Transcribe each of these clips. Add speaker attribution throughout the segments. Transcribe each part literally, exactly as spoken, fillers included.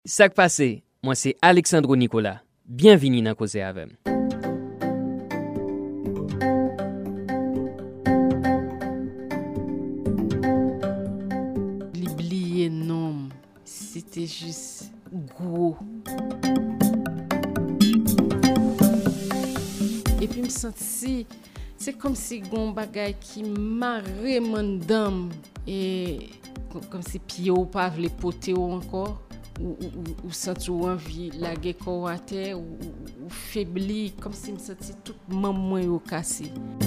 Speaker 1: Sak pase, moi c'est Alexandro Nicolas. Bienvenue dans Causer avec.
Speaker 2: L'oublier non, c'était juste gros. Et puis me sentis, c'est comme si gon bagay qui marre mon dame et comme si pied ou pas les poter ou encore. Ou, ou, ou sentir envie la gueule corps à terre ou, ou, ou faibli comme si me sentais tout maman au cassé.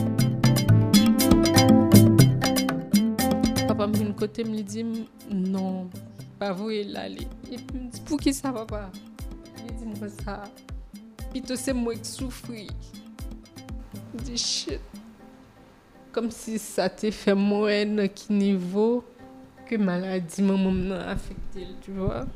Speaker 2: Papa me vient côté me dit non pas vrai l'aller et puis me dit pour qui ça papa il dit moi ça plutôt c'est moi qui souffre. Je dis shit comme si ça te fait moins dans qui niveau que maladie maman m'a affecté tu vois.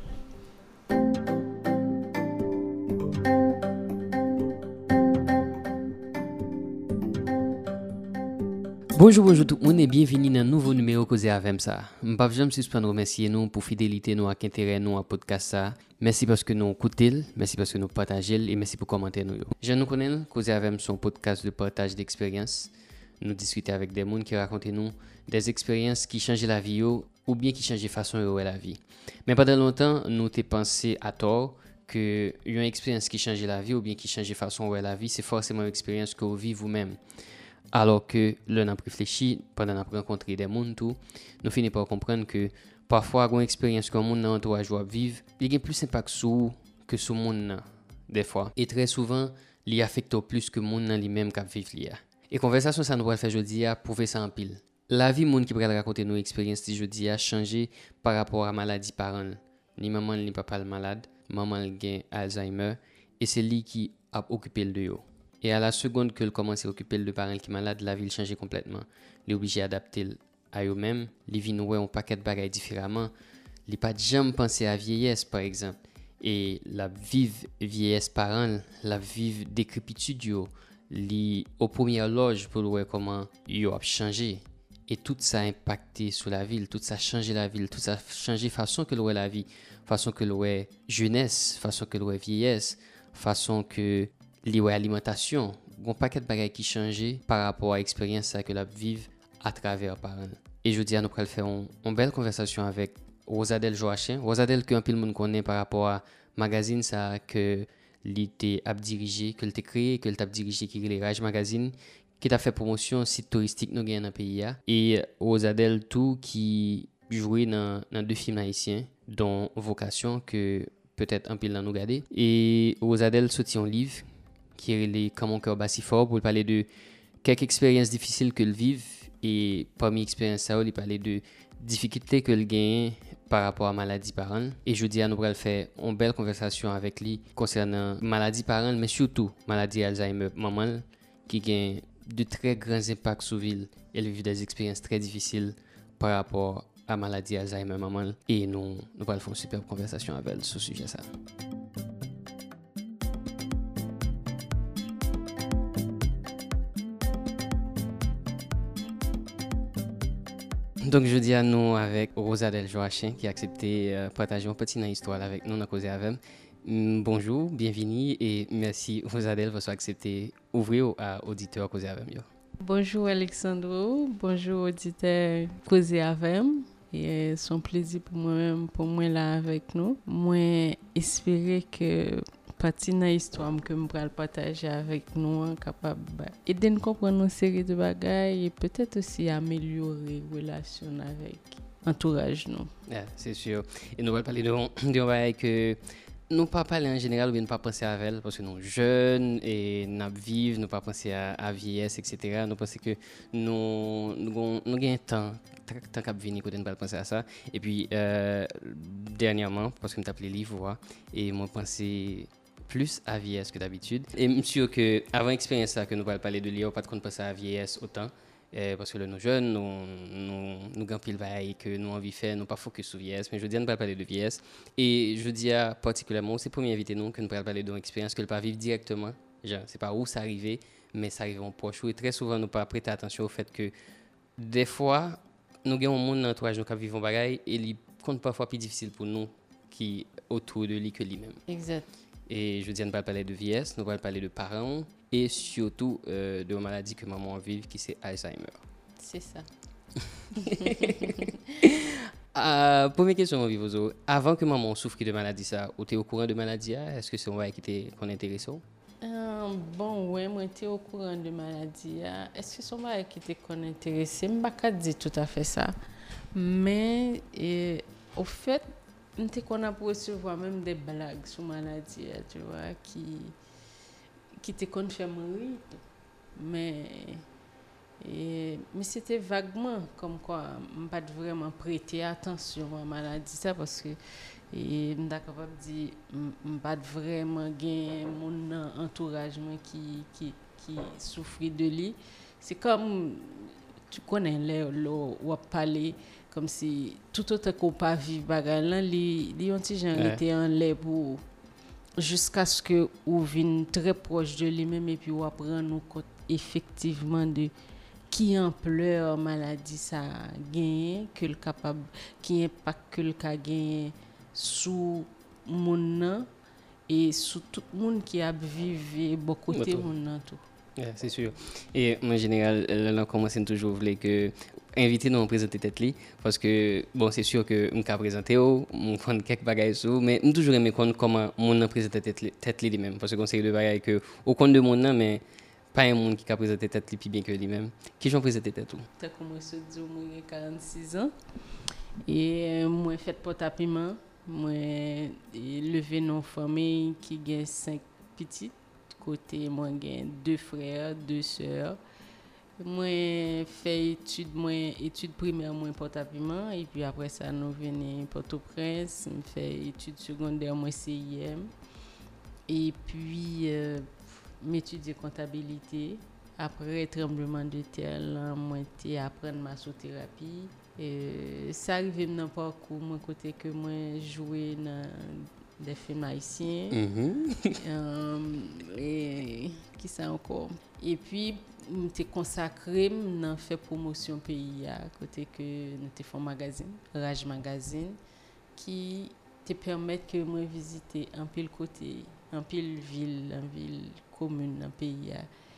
Speaker 1: Bonjour, bonjour tout le monde et bienvenue dans un nouveau numéro Causer avec ça. Je ne vais jamais suspendre remercier nous pour fidélité nous avec intérêt nous à podcast ça. Merci parce que nous écoutez, merci parce que nous partagez et merci pour commenter nous. Je nous connais Causer avec son podcast de partage d'expériences. Nous discutons avec des gens qui racontent nous des expériences qui changent la vie ou bien qui changent la façon de voir la vie. Mais pendant longtemps, nous avons pensé à tort que une expérience qui change la vie ou bien qui change la façon de voir la vie, c'est forcément une expérience que vous vivez vous-même. Alors que l'on a réfléchi, pendant qu'on a rencontré des gens, tout, nous finissons par comprendre que parfois, une expérience que le monde dans l'entourage doit vivre, il y a plus d'impact sur vous que sur le monde, des fois. Et très souvent, il affecte plus que le monde lui-même qui vit. Et conversation, ça nous va faire aujourd'hui à prouver ça en pile. La vie, monde qui pourrait raconter nos expériences aujourd'hui a changé par rapport à la maladie parentale. Ni maman ni papa le malade, maman a Alzheimer, et c'est lui qui a occupé le deux. Et à la seconde que le commence à occuper le parent qui est malade, la vie change complètement. Il est obligé d'adapter à eux-mêmes. Les vies nous un paquet de bagages différemment. Il pas jamais penser à vieillesse par exemple. Et la vive vieillesse parent, la vive décrépitude, li au premier loge pour voir comment yo a changé. Et tout ça a impacté sur la ville, tout ça a changé la ville, tout ça a changé façon que l'on la vie, façon que l'on jeunesse, façon que l'on vieillesse, façon que lié alimentation, un paquet de bagages qui changent par rapport à l'expérience que la vivre à travers parents. Et je dis à nous pour faire une, une belle conversation avec Rosadel Joachim. Rosadel que un peu le monde connaît par rapport à magazine ça que l'été a dirigé, que l'été créé, que l'été a dirigé qui est les Rage Magazine qui a fait promotion site touristique nous gagne dans pays et Rosadel tout qui jouait dans dans deux films haïtiens dont Vocation que peut-être un peu là nous regarder et Rosadel sorti un livre qui est les Quand mon cœur bat si fort pour parler de quelques expériences difficiles que le vive et parmi expériences ça il parler de difficultés que le gagne par rapport à maladie parentale et je dis à nous allons faire une belle conversation avec lui concernant maladie parentale mais surtout maladie Alzheimer maman qui gagne de très grands impacts sur ville elle vit des expériences très difficiles par rapport à maladie Alzheimer maman et nous nous allons faire une superbe conversation avec elle sur ce sujet ça. Donc, je dis à nous avec Rosadel Joachim qui a accepté de euh, partager un petit histoire avec nous dans Causer avec. Mm, bonjour, bienvenue et merci Rosadel pour accepter d'ouvrir à auditeur Causer avec.
Speaker 2: Bonjour Alexandro, bonjour auditeur Causer avec. Et c'est un plaisir pour moi-même, pour moi là avec nous. Moi, espérer que partie dans l'histoire que je vais partager avec nous capable aider nous comprendre une série de bagages et peut-être aussi améliorer la relation avec l'entourage nous.
Speaker 1: Yeah, c'est sûr. Et nous allons parler de de bagages que nous pas parler en général ou bien ne pas penser à elle parce que nous jeunes et nous vivons, nous pas penser à, à vieillesse et cetera. Nous pensons que nous nous nous gagnons temps tant qu'à venir quand on pas penser à ça. Et puis euh, dernièrement parce que nous t'appelé livre et moi penser plus à vieillesse que d'habitude. Et je suis sûr que avant l'expérience là que nous allons parler de lire, pas de compte penser à vieillesse autant. Euh, parce que là, nous jeunes, nous nous nous gagnons pile vaille que nous envie faire, nous pas focus sur vieillesse, mais je dis à ne pas parler de vieillesse et je dis à particulièrement c'est pour m'inviter nous que nous pourrons parler d'une expérience que le pas vivre directement, genre c'est pas où ça arrivé, mais ça arrive en proche et très souvent nous pas prêter attention au fait que des fois nous gagnons un monde dans l'entourage nous qui vivons bagaille et il compte parfois plus difficile pour nous qui autour de lui que lui-même.
Speaker 2: Exact.
Speaker 1: Et je dis, on va parler de vieillesse, nous allons parler de parents et surtout euh, de maladie que maman vive qui c'est Alzheimer.
Speaker 2: C'est ça.
Speaker 1: euh, première question, Vivozo. Avant que maman souffre de maladie, ça, ou tu es au courant de maladie? Est-ce que c'est un vrai qui t'est intéressant?
Speaker 2: Euh, bon, oui, moi, j'étais au courant de maladie. Est-ce que c'est un vrai qui t'est intéressé? Je ne peux pas dire tout à fait ça. Mais, et, au fait, on a pu recevoir même des blagues sur maladie, tu vois, qui, qui te confirment. Mais, et, mais c'était vaguement comme quoi je n'ai pas vraiment prêté attention à la maladie, ça, parce que je suis capable de dire que je n'ai pas vraiment gagné mon entourage qui, qui, qui souffre de lui. C'est comme, tu connais, là, où on parler comme si tout autre qu'on pas vivre bagarre là les les ont été en l'air pour jusqu'à ce que ou vienne très proche de lui-même et puis ou apprendre nous compte effectivement de qui ampleur maladie ça gagné que le capable qui impact que le cas gagné sous mon et sous tout le monde qui a vécu beaucoup côté mon tout.
Speaker 1: Yeah, c'est sûr. Et en général, là, on commence toujours à que inviter nous à présenter tête li parce que bon c'est sûr que on peut présenter on prend quelques bagages sur mais on toujours aimer comment mon présenter tête tête li même parce que conseil de bagages que au compte de mon nom mais pas un monde qui peut présenter tête li plus bien que lui-même qui j'en présenter tête tout
Speaker 2: t'as commencé dire moi j'ai quarante-six ans et moi fait porte à piment moi levé dans famille qui gagne cinq petits côté moi gagne deux frères deux sœurs. Moi fait études moi études primaires moi Port-à-Piment et puis après ça nous venons Port-au-Prince, me fait études secondaires moi C I M et puis euh, m'étudier comptabilité après tremblement de terre là moi été apprendre massothérapie et ça arrivé dans parcours moi côté que moi jouer dans des films haïtiens mm-hmm. euh, et qui ça encore et puis m'était consacré dans fait promotion pays à côté que nous te font magazine Raj magazine qui te permet que moi visiter un pile côté un pile ville un ville commune un pays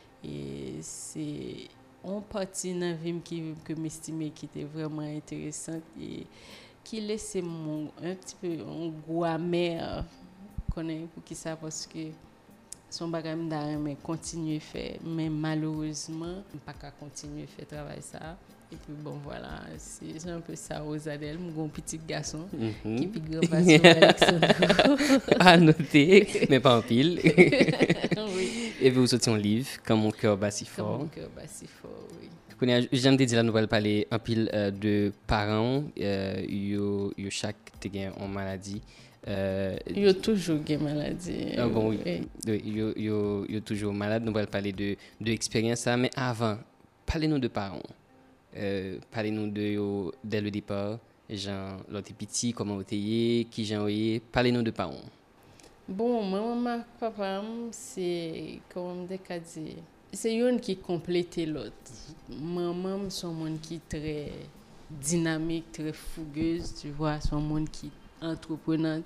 Speaker 2: et c'est on partie dans vie qui que m'estimais qui était vraiment intéressante et qui laissait mon un petit peu un goût amer connaît pour qui ça parce que son bagage mais continuer faire mais malheureusement pas qu'à continuer faire travail ça et puis bon voilà c'est un peu ça aux Adèle mon petit garçon mm-hmm. qui puis grand passion Alexandre
Speaker 1: à noter mais pas en pile oui. Et puis vous sortez un livre Quand mon cœur bat si fort.
Speaker 2: Quand mon cœur bat si fort oui.
Speaker 1: J'aime te dire la nouvelle parler un pile euh, de parents euh, yo yo chaque te gagne en maladie.
Speaker 2: Euh, il y a toujours des maladies.
Speaker 1: Ah bon, oui. Il y a, il y a, il y a toujours malade. Nous allons parler de, de l'expérience. Mais avant, parlez-nous de parents. Euh, parlez-nous de dès le départ. Genre, l'autre petit, comment vous étiez, qui j'en ai. Parlez-nous de parents.
Speaker 2: Bon, maman, papa, c'est comme des cas dit. C'est une qui complète l'autre. Maman, c'est un monde qui est très dynamique, très fougueuse. Tu vois, c'est un monde qui entreprenante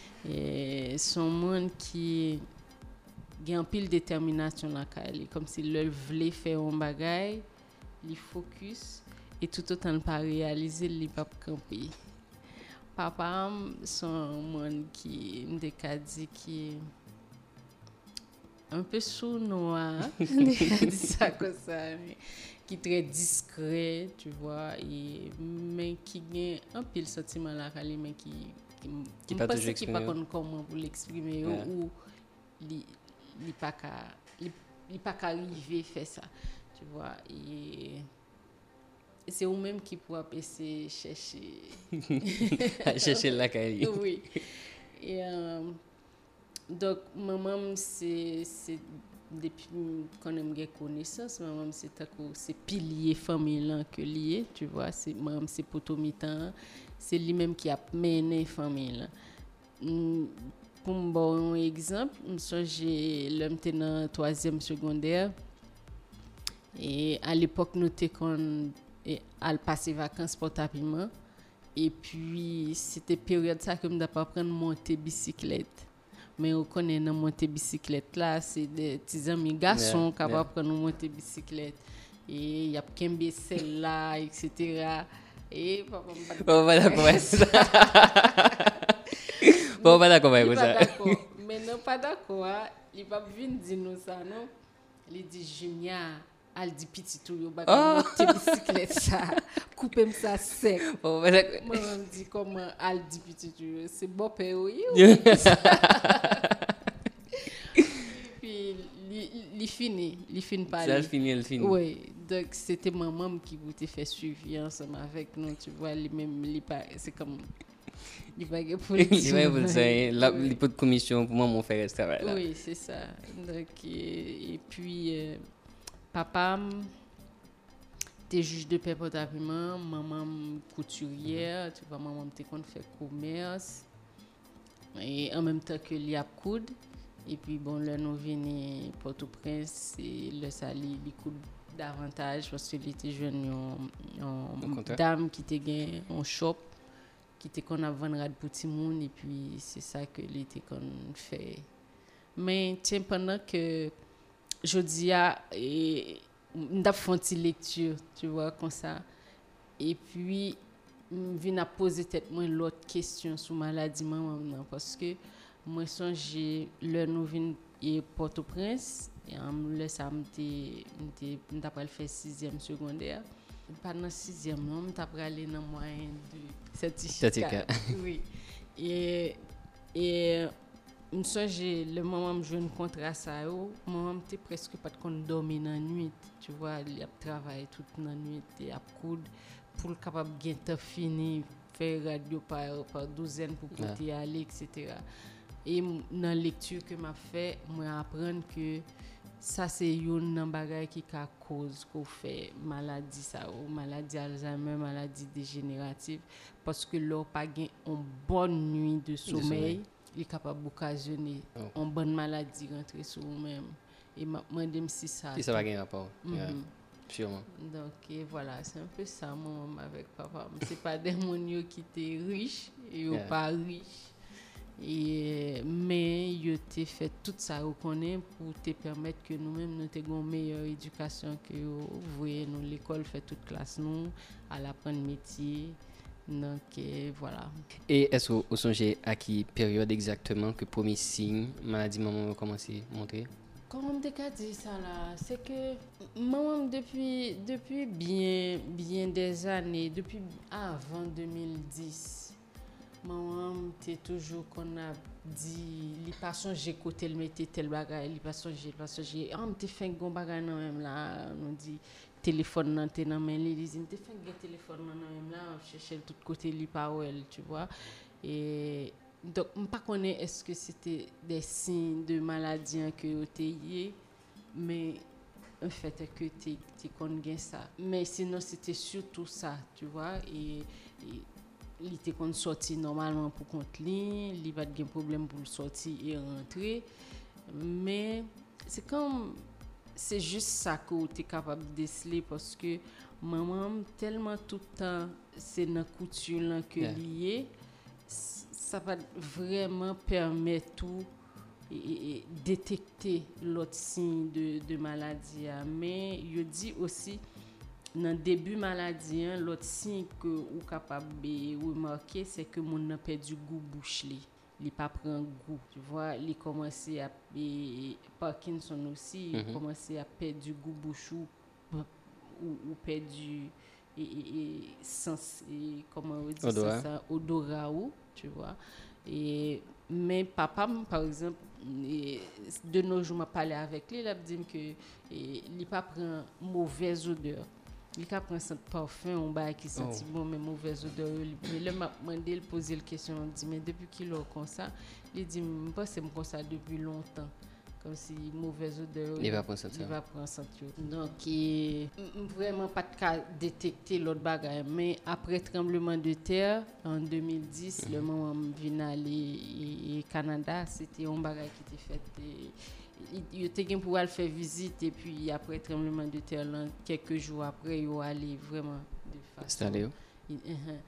Speaker 2: et son monde qui a un pile détermination là comme si le voulait faire un bagage il focus et tout autant pas réaliser il pas camper papa son monde qui me dit qui un peu sournois dit ça comme ça mais qui est très discret tu vois et mais qui a un pile sentiment là mais qui qui pas toujours qui pas comment pour l'exprimer yeah. ou li li pas ka li, li pas arriver faire ça tu vois et c'est eux même qui pourra essayer chercher
Speaker 1: chercher la caille
Speaker 2: oui et euh, donc maman c'est c'est depuis qu'on aime des connaissances maman c'est c'est pilier famille là que lié tu vois c'est maman c'est potomitan c'est lui-même qui a mené famille là pour un bon exemple j'ai l'homme dans troisième secondaire et à l'époque nous t'es qu'on al passer vacances Port-à-Piment Et puis, c'était période ça que je n'ai pas apprendre à monter bicyclette. Mais on connaît dans monter bicyclette là, c'est des petits amis garçons qui yeah, apprendre yeah. à monter bicyclette. Et il y a Kembe celle-là, et cetera. Et papa me
Speaker 1: Bon, voilà comment ça. Bon, voilà comment ça.
Speaker 2: Mais non, pas d'accord. Il va venir dire nous ça, non? Il dit Junior, al dit petit tout, il va monter bicyclette ça, couper ça sec.
Speaker 1: Bon, voilà.
Speaker 2: Moi, on me dit comment al dit petit tout, c'est bon père, oui. Puis, il finit, il finit par
Speaker 1: ça. Ça finit, il finit.
Speaker 2: Oui, donc c'était maman qui voulait faire suivi ensemble avec nous, tu vois, lui-même, c'est comme. Il va y pour
Speaker 1: il va vous dire la oui. de commission pour moi mon frère ce travail là.
Speaker 2: Oui, c'est ça. Donc et, et puis euh, papa était juge de paix porte-à-piment, maman couturière, tu vois, maman était qu'on fait commerce et en même temps que l'y a coude et puis bon là nous venons Port-au-Prince et le sali il coude davantage parce qu'il était jeune en dame qui était gain en shop qui était qu'on a vendre pour tout le monde et puis c'est ça que l'été qu'on fait mais tiens pendant que je dis à et n'a fait une lecture tu vois comme ça et puis vient à poser tête moi l'autre question sur maladie maman parce que moi songe le nous vinn et Port-au-Prince et le samedi m'était après faire sixième secondaire. Pendant sixième non m'ta aller dans moyen de certificat oui et et me songe le moment me joindre contrat ça yo maman m'était presque pas de compte dormir dans nuit tu vois il a travaillé toute la nuit et a coudre pour capable gain temps fini faire radio par par douzaine pour porter yeah. aller etc. Et dans lecture que m'a fait moi apprendre que ça c'est une nan bagay qui ka cause qu'on fait maladie ça ou maladie Alzheimer maladie dégénérative parce que l'on pas gain une bonne nuit de sommeil il est capable d'occasionner oh. une bonne maladie rentrer sur nous-même et m'a demandé si ça
Speaker 1: si ça va gain rapport mm-hmm. yeah. Sûrement.
Speaker 2: Donc et voilà c'est un peu ça mon avec papa c'est pas des mon qui étaient riches et yeah. pas riches. Et mais il t'a fait tout ça reconnaît pour te permettre que nous-mêmes nous ayons une meilleure éducation que vous voyez nous l'école fait toute classe nous à l'apprendre métier donc et voilà.
Speaker 1: Et est-ce que vous songez à quelle période exactement que premier signe maladie maman a commencé à montrer?
Speaker 2: Comment on t'a dit ça là, c'est que maman depuis depuis bien bien des années depuis avant deux mille dix maman t'es toujours qu'on a dit les passions j'ai côté le mettait tel bagage les passions j'ai passion j'ai on t'ai fait gon bagage non même là on dit téléphone dans tes dans main les dit t'ai fait un téléphone non même là chercher tout côté li parole tu vois et donc on pas connaît est-ce que c'était des signes de maladie que t'es mais en fait que t'es t'es connais ça mais sinon c'était surtout ça tu vois et, et il était qu'on sorti normalement pour compte ligne, il pas de problème pour sortir et rentrer mais c'est comme c'est juste ça que tu es capable de déceler parce que maman tellement tout le temps c'est dans couture là que yeah. lié ça va vraiment permettre tout et, et, et détecter l'autre signe de de maladie mais je dis aussi dans début maladie hein, l'autre signe que ou capable de remarquer c'est que mon a perdu goût bouche li il pas prend goût tu vois il commence à et Parkinson aussi il mm-hmm. commence à perdre du goût bouche ou ou, ou perdu et, et, et sens et comment on dit ça, ça odorat ou tu vois et mais papa par exemple et, de nos jours m'a parlé avec lui il a dit que il pas prend mauvaise odeur il a pris un parfum on ba qui senti oh. bon mais mauvaise odeur mais là m'a demandé il poser la question on dit mais depuis qu'il est comme ça il dit me pense comme ça depuis longtemps comme si mauvaise odeur
Speaker 1: il va prendre ça
Speaker 2: il va prendre ça donc et, vraiment pas de cas détecter l'autre bagage mais après tremblement de terre en deux mille dix mm-hmm. le moment vient aller au Canada c'était un bagage qui était fait et, il était gain pour aller faire visite et puis après tremblement de terre là, quelques jours après il allait vraiment de façon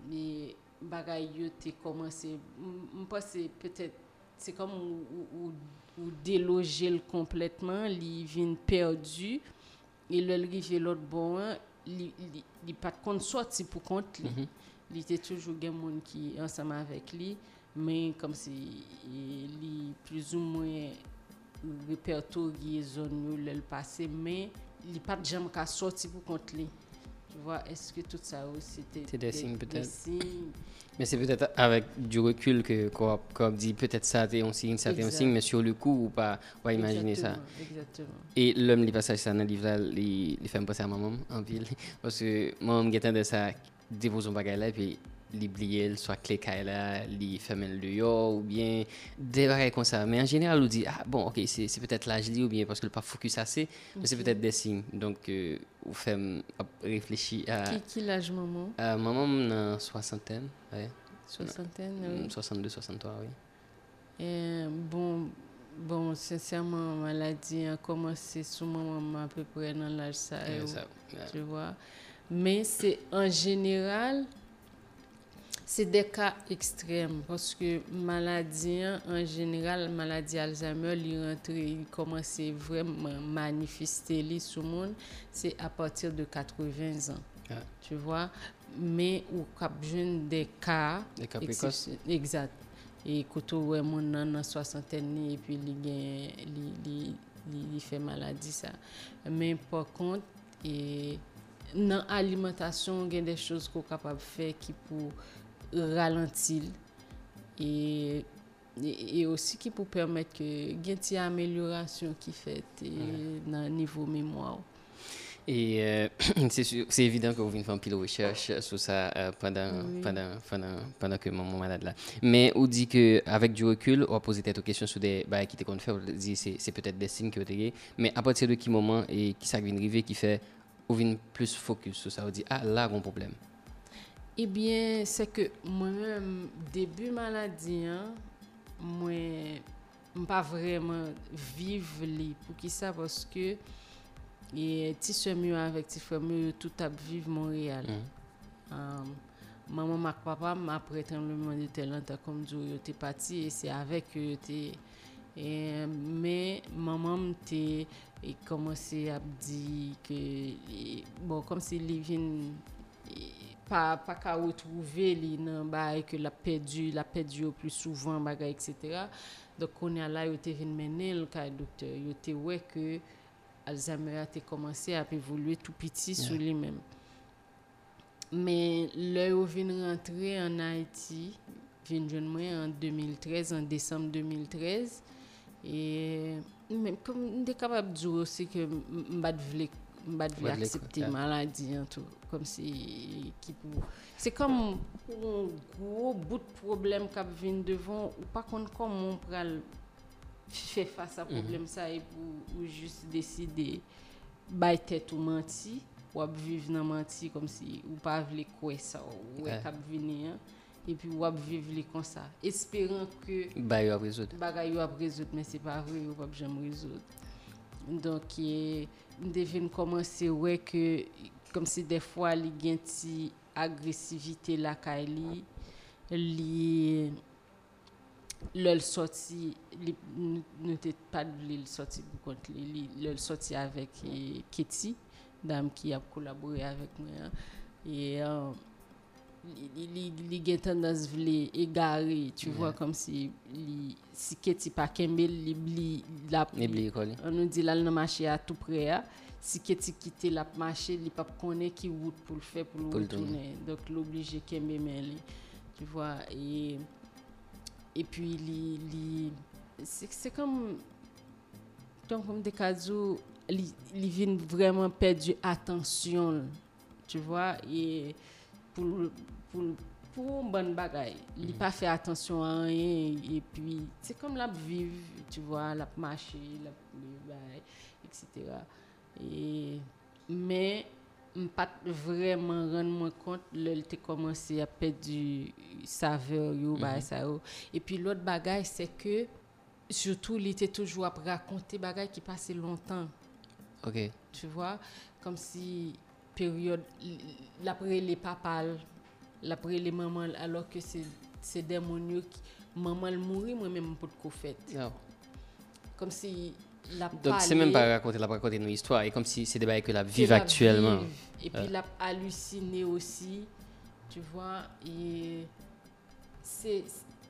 Speaker 2: mais bagay yo te commencé m pense peut-être c'est comme ou, ou, ou déloger le complètement, li vin perdu et le rive l'autre bon, li li, li pas compte sorti pour compte li. Mm-hmm. Il était toujours gen monde qui ensemble avec lui, mais comme si li plus ou moins répertorier zone yo le passé, mais il pas jamais qu'à sorti pour compte lui. Tu vois, est-ce que tout ça aussi c'était
Speaker 1: c'est des, des signes peut-être.
Speaker 2: Des signes.
Speaker 1: Mais c'est peut-être avec du recul que qu'on, qu'on dit peut-être ça c'est un signe, ça c'est un signe, mais sur le coup ou pas, on va imaginer
Speaker 2: exactement,
Speaker 1: ça.
Speaker 2: Exactement.
Speaker 1: Et l'homme les passages ça dans le livre là, il il fait me penser à maman en ville parce que maman qui de ça dépose un bagage là et puis l'oublier soit clé là, li fermer le yo ou bien des bagages comme ça. Mais en général on dit ah bon OK, c'est c'est peut-être l'âge li ou bien parce que le pas focus assez, mais okay. C'est peut-être des signes. Donc euh, on fait réfléchir à
Speaker 2: qui qui l'âge maman?
Speaker 1: Euh, maman dans soixantaine, ouais.
Speaker 2: Soixantaine, oui.
Speaker 1: soixante-deux soixante-trois, oui.
Speaker 2: Et bon bon sincèrement maladie a commencé sous maman à peu près dans l'âge ça,
Speaker 1: yeah, ça yeah.
Speaker 2: Tu vois. Mais c'est en général c'est des cas extrêmes parce que maladie en général maladie Alzheimer il rentre il commence vraiment manifester li sur monde c'est à partir de quatre-vingts ans. Yeah. Tu vois, mais ou cap jeune des cas
Speaker 1: des cas précoces
Speaker 2: exact et quand ouais mon dans soixantaine et puis il il il fait maladie ça, mais par contre et dans alimentation il y a des choses qu'on capable faire qui pour ralentir et, et et aussi qui pour permettre que il y ait une amélioration qui fait dans ouais. Niveau mémoire.
Speaker 1: Et euh, c'est, sûr, c'est évident que vous venez faire une pile de recherche sur ça euh, pendant, oui. pendant, pendant, pendant que mon malade là. Mais on dit qu'avec du recul, on va poser peut-être questions sur des bah, qui t'ont fait, on dit c'est, c'est peut-être des signes qui ont été. Mais à partir de quel moment et qui ça vient arriver qui fait, on vient plus focus sur ça, on dit ah là, il y a un problème.
Speaker 2: Eh bien, c'est que moi-même, début maladie, hein, moi, je ne pas vraiment vivre li pour qui ça parce que et ti soeur mieux avec ti frère mieux tout a vivre Montréal. Mm. Um, maman ma papa m'a prêté le moment de talent comme du yo t'es parti et c'est avec eux t'es et mais maman t'es et commencé à dire que et, bon comme si les vient pas pas qu'à retrouver li nan bail que la perdu la perdu au plus souvent bagay et cetera. Donc on est là yo t'es vinn mener le cas docteur yo t'es ouais que Alzheimer a commencé à évoluer tout petit yeah. Sur lui-même. Mais là où vient rentrer en Haïti, vient jeune moi en deux mille treize, en décembre deux mille treize et même comme on est capable de dire aussi que m'bad vle m'bad vle accepter yeah. Maladie en tout comme si qui pour c'est comme un gros bout de problème qui vient devant ou pas contre comment on pral fait face à problème mm-hmm. Ça et pour ou juste décider bay tête ou menti ou vivre dans menti comme si ou pas vle quoi ça ou ouais. Cap venir et puis ou vivre les comme ça espérant que
Speaker 1: bay yo résoudre
Speaker 2: bagay yo résoudre mais c'est pas vrai ou pas jamais résoudre donc et devine commencer ouais que comme si des fois li gen ti agressivité la kay li li le sorti ne t'est pas le sorti pour contre lui le sorti avec Kitty dame qui a collaboré avec moi et euh, li li gen tendance vle égarer tu yeah. Vois comme si li si Kitty pas kembe li li la on nous dit là dans marché à tout près si Kitty quitter la marché li pas connaît qui route pour le faire pour le retourner donc l'obligé kembe mais li tu vois et et puis li li c'est c'est comme donc comme des cas où li li vient vraiment perdu attention tu vois et pour pour pour une bonne bagaille il mm-hmm. Pas fait attention à rien et puis c'est comme la vivre tu vois la marcher la etc et mais pas vraiment rendre moi compte le t'ai commencé à perdre du saveur yo mm-hmm. Ba ça yo et puis l'autre bagaille c'est que surtout il était toujours à raconter bagaille qui passait longtemps.
Speaker 1: OK.
Speaker 2: Tu vois comme si période l'après les papas l'après les mamans alors que c'est c'est des monio qui maman mourir moi même pour ko fait.
Speaker 1: Oh.
Speaker 2: Comme si la
Speaker 1: Donc
Speaker 2: parler,
Speaker 1: c'est même pas raconter la raconter une histoire et comme si c'est des bails que la vive actuellement.
Speaker 2: Vive. Et puis la halluciner aussi, tu vois, et c'est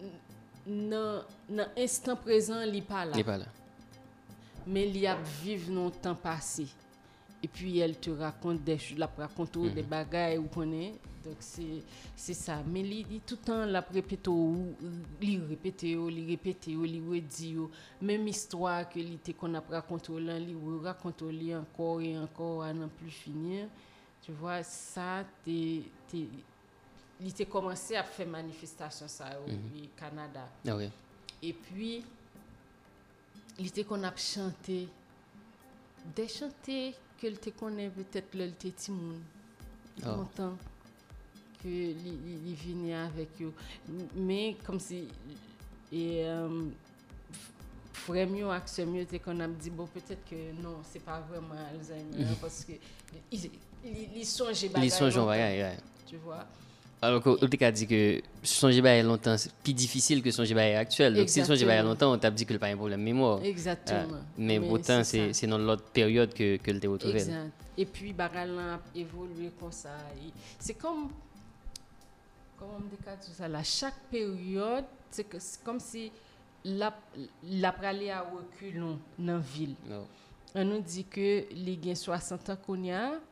Speaker 2: dans l'instant présent, il n'est pas là.
Speaker 1: Il n'est pas là.
Speaker 2: Mais il y a vivre dans le temps passé. Et puis elle te raconte des choses, la raconte mm-hmm. des bagailles ou connaît. Donc c'est c'est ça. Mais il dit tout le temps la répète ou il répète ou il répète ou il redit même histoire que il te qu'on a raconté là, il raconte li encore et encore à n'en plus finir. Tu vois ça t'es t'es il t'a commencé à faire manifestation ça au mm-hmm. Canada.
Speaker 1: Okay.
Speaker 2: Et puis il était qu'on a chanté des chantés que te connaît peut-être le te timoun longtemps que il venait avec eux mais comme si et um, frère mieux accès mieux c'est qu'on a dit bon peut-être que non c'est pas vraiment Alzheimer mm-hmm. parce que ils ils songeaient bagaille
Speaker 1: ils songeent bagaille
Speaker 2: tu vois.
Speaker 1: Alors que tu as dit que songer bail longtemps c'est plus difficile que songer bail actuel. Donc si songer bail longtemps on t'a dit que le pas un problème mémoire.
Speaker 2: Exactement.
Speaker 1: Euh, mais, mais pourtant c'est c'est dans l'autre période que que le t'es retrouvé.
Speaker 2: Exact. Et puis bagal a évolué comme ça. C'est comme comment on dit tout ça là chaque période c'est que c'est comme si la la pralé à reculons dans ville.
Speaker 1: No.
Speaker 2: On nous dit que les gain soixante ans qu'on y a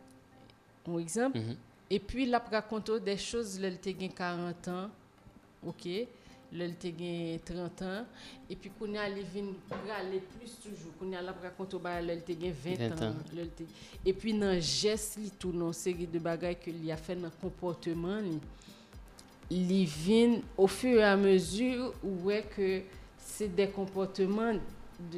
Speaker 2: un exemple. Mm-hmm. Et puis, il a raconté des choses, là, il a quarante ans, ok, là, il a trente ans, et puis, quand il a aller plus toujours, quand il a raconté, là, il a vingt ans. Là, et puis, dans le geste, tout, dans une série de bagages qu'il a fait dans le comportement, il vient au fur et à mesure où est que c'est des comportements de,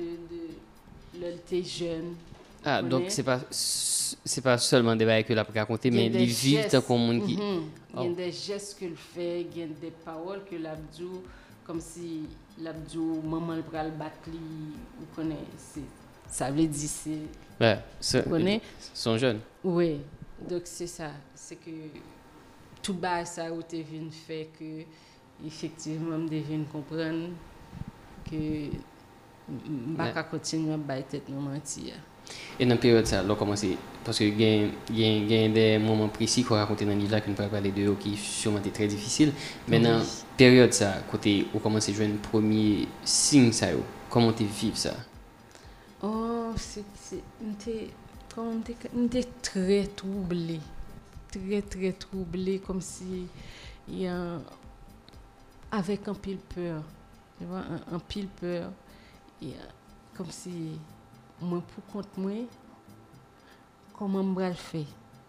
Speaker 2: de, là, il est jeune.
Speaker 1: Ah, donc c'est pas c'est pas seulement des bails que l'a raconté mais il vit tant qu'on monde qui
Speaker 2: mm-hmm. oh. Il y a des gestes qu'il fait, il y a des paroles que l'abdou comme si l'abdou maman le bras le battre ou connaît c'est ça veut dire c'est
Speaker 1: ouais, c'est connaît sont jeunes.
Speaker 2: Oui. Donc c'est ça, c'est que tout bas ça où tu viens fait que effectivement me devine comprendre que pas qu'à continuer à bailler tête non mentir.
Speaker 1: Et dans la période ça, là commencer parce que il y a des moments précis qu'on raconte dans le livre là que nous pouvons parler de eux qui sûrement étaient très difficiles. Mais dans la période ça, côté où commencer à jouer un premier signe ça, comment tu vis ça?
Speaker 2: Oh, c'est c'est on était très troublé, très très troublé comme si il y a avec un pile peur, tu vois, un, un pile peur, et comme si moi pour compte moi comment me le faire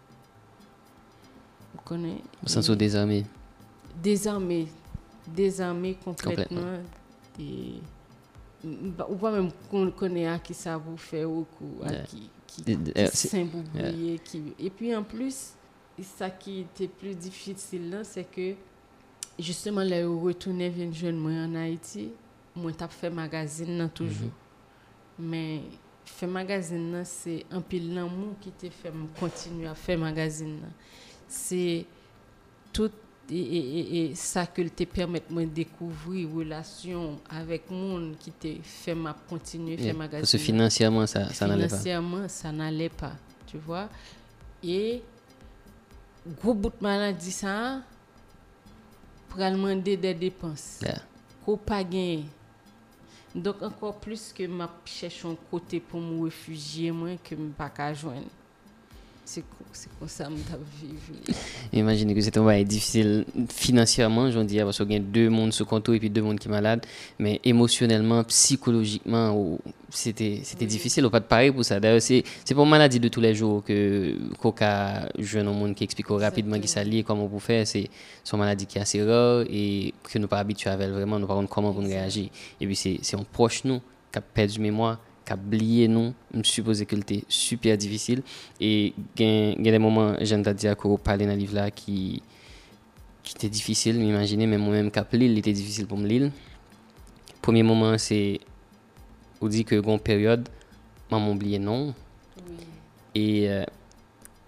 Speaker 2: vous connaissez
Speaker 1: au sens où désarmé
Speaker 2: désarmé désarmé complètement et ou pas même qu'on connaît à qui ça vous fait ou à yeah. qui qui, qui s'embrouiller qui et puis en plus ça qui était plus difficile là c'est que justement là où retourner vers jeune moi en Haïti moi t'a fait magazine là toujours mm-hmm. mais faire magazine c'est un pile l'amour qui te fait continuer à faire magazine c'est tout et, et, et ça que te permet de découvrir relation avec monde qui te fait m'a continuer yeah. faire magazine
Speaker 1: parce que financièrement ça ça n'allait pas
Speaker 2: financièrement ça n'allait pas tu vois et gros bout de maladie ça pour demander des dépenses
Speaker 1: yeah.
Speaker 2: Qu'on pas gagner. Donc encore plus que m'a cherche un côté pour me réfugier moi que me pas ka joindre. C'est c'est comme ça me t'a vivre.
Speaker 1: Imaginez que c'est un bail difficile financièrement, j'en dis parce qu'il y a deux mondes sous compte et puis deux mondes qui malades, mais émotionnellement, psychologiquement c'était c'était oui. difficile, pas de pareil pour ça. D'ailleurs c'est c'est pas une maladie de tous les jours que coca jeune au monde qui explique rapidement qui ça lié comment vous faire, c'est son maladie qui est assez rare et que nous pas habitués avec vraiment, nous pas comment on réagir. Et puis c'est c'est un proche nous qui a perdu mémoire qui a oublié nous, je suppose que c'était super difficile et il y a des moments j'aime t'a dire qu'on parler dans le livre là qui qui était difficile, m'imaginer même moi-même qui appelé il était difficile pour me lire. Premier moment c'est on dit que grande période maman oublié non.
Speaker 2: Oui.
Speaker 1: Et euh,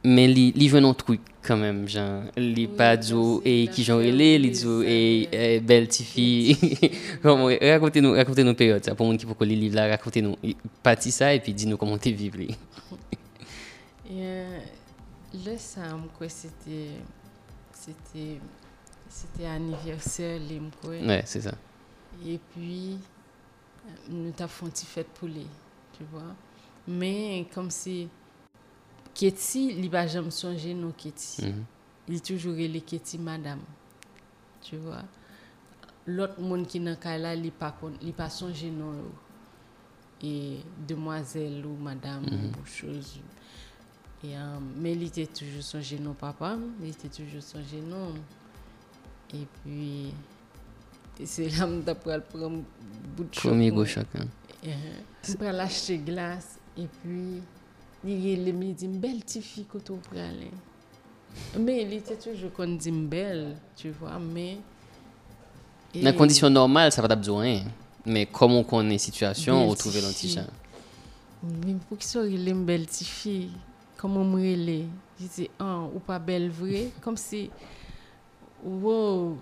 Speaker 1: mais li li veut un truc quand même genre li
Speaker 2: Oui,
Speaker 1: pas
Speaker 2: je
Speaker 1: du
Speaker 2: sais,
Speaker 1: et
Speaker 2: la
Speaker 1: qui genre
Speaker 2: faire
Speaker 1: les li
Speaker 2: plaisir,
Speaker 1: du et eh, belle petite fille comment racontez-nous racontez-nous période ça pour monde qui peut coller livre là racontez-nous partie ça et puis dis-nous comment t'es vivre li.
Speaker 2: Et euh, le Sam, quoi, c'était, c'était, c'était anniversaire, les quoi.
Speaker 1: Ouais, c'est ça.
Speaker 2: Et puis, euh, nous t'avons fait une petite fête pour les, tu vois. Mais comme si, Ketty, il va jamais songer non Ketty.
Speaker 1: Mhm.
Speaker 2: Il toujours les Ketty madame, tu vois. L'autre monde qui dans cas là, il pas il pas songer non yo. Et demoiselle ou madame
Speaker 1: Mhm.
Speaker 2: ou chose. Et, euh, mais il était toujours songé non papa, il était toujours songé non. Et puis, c'est là que je prends un bout de choc.
Speaker 1: Premier gros choc. Hein.
Speaker 2: Je prends l'acheter glace et puis, il me dit, belle petite fille que tu peux aller. Mais il était toujours qu'on dit belle, tu vois, mais...
Speaker 1: Dans les conditions normales, ça va pas besoin. Mais comme on connaît la situation, on trouve l'antichamp.
Speaker 2: Mais pour qu'il soit une belle petite fille, comment me relais? Je dis, ah, ou pas belle vraie? Comme si, wow.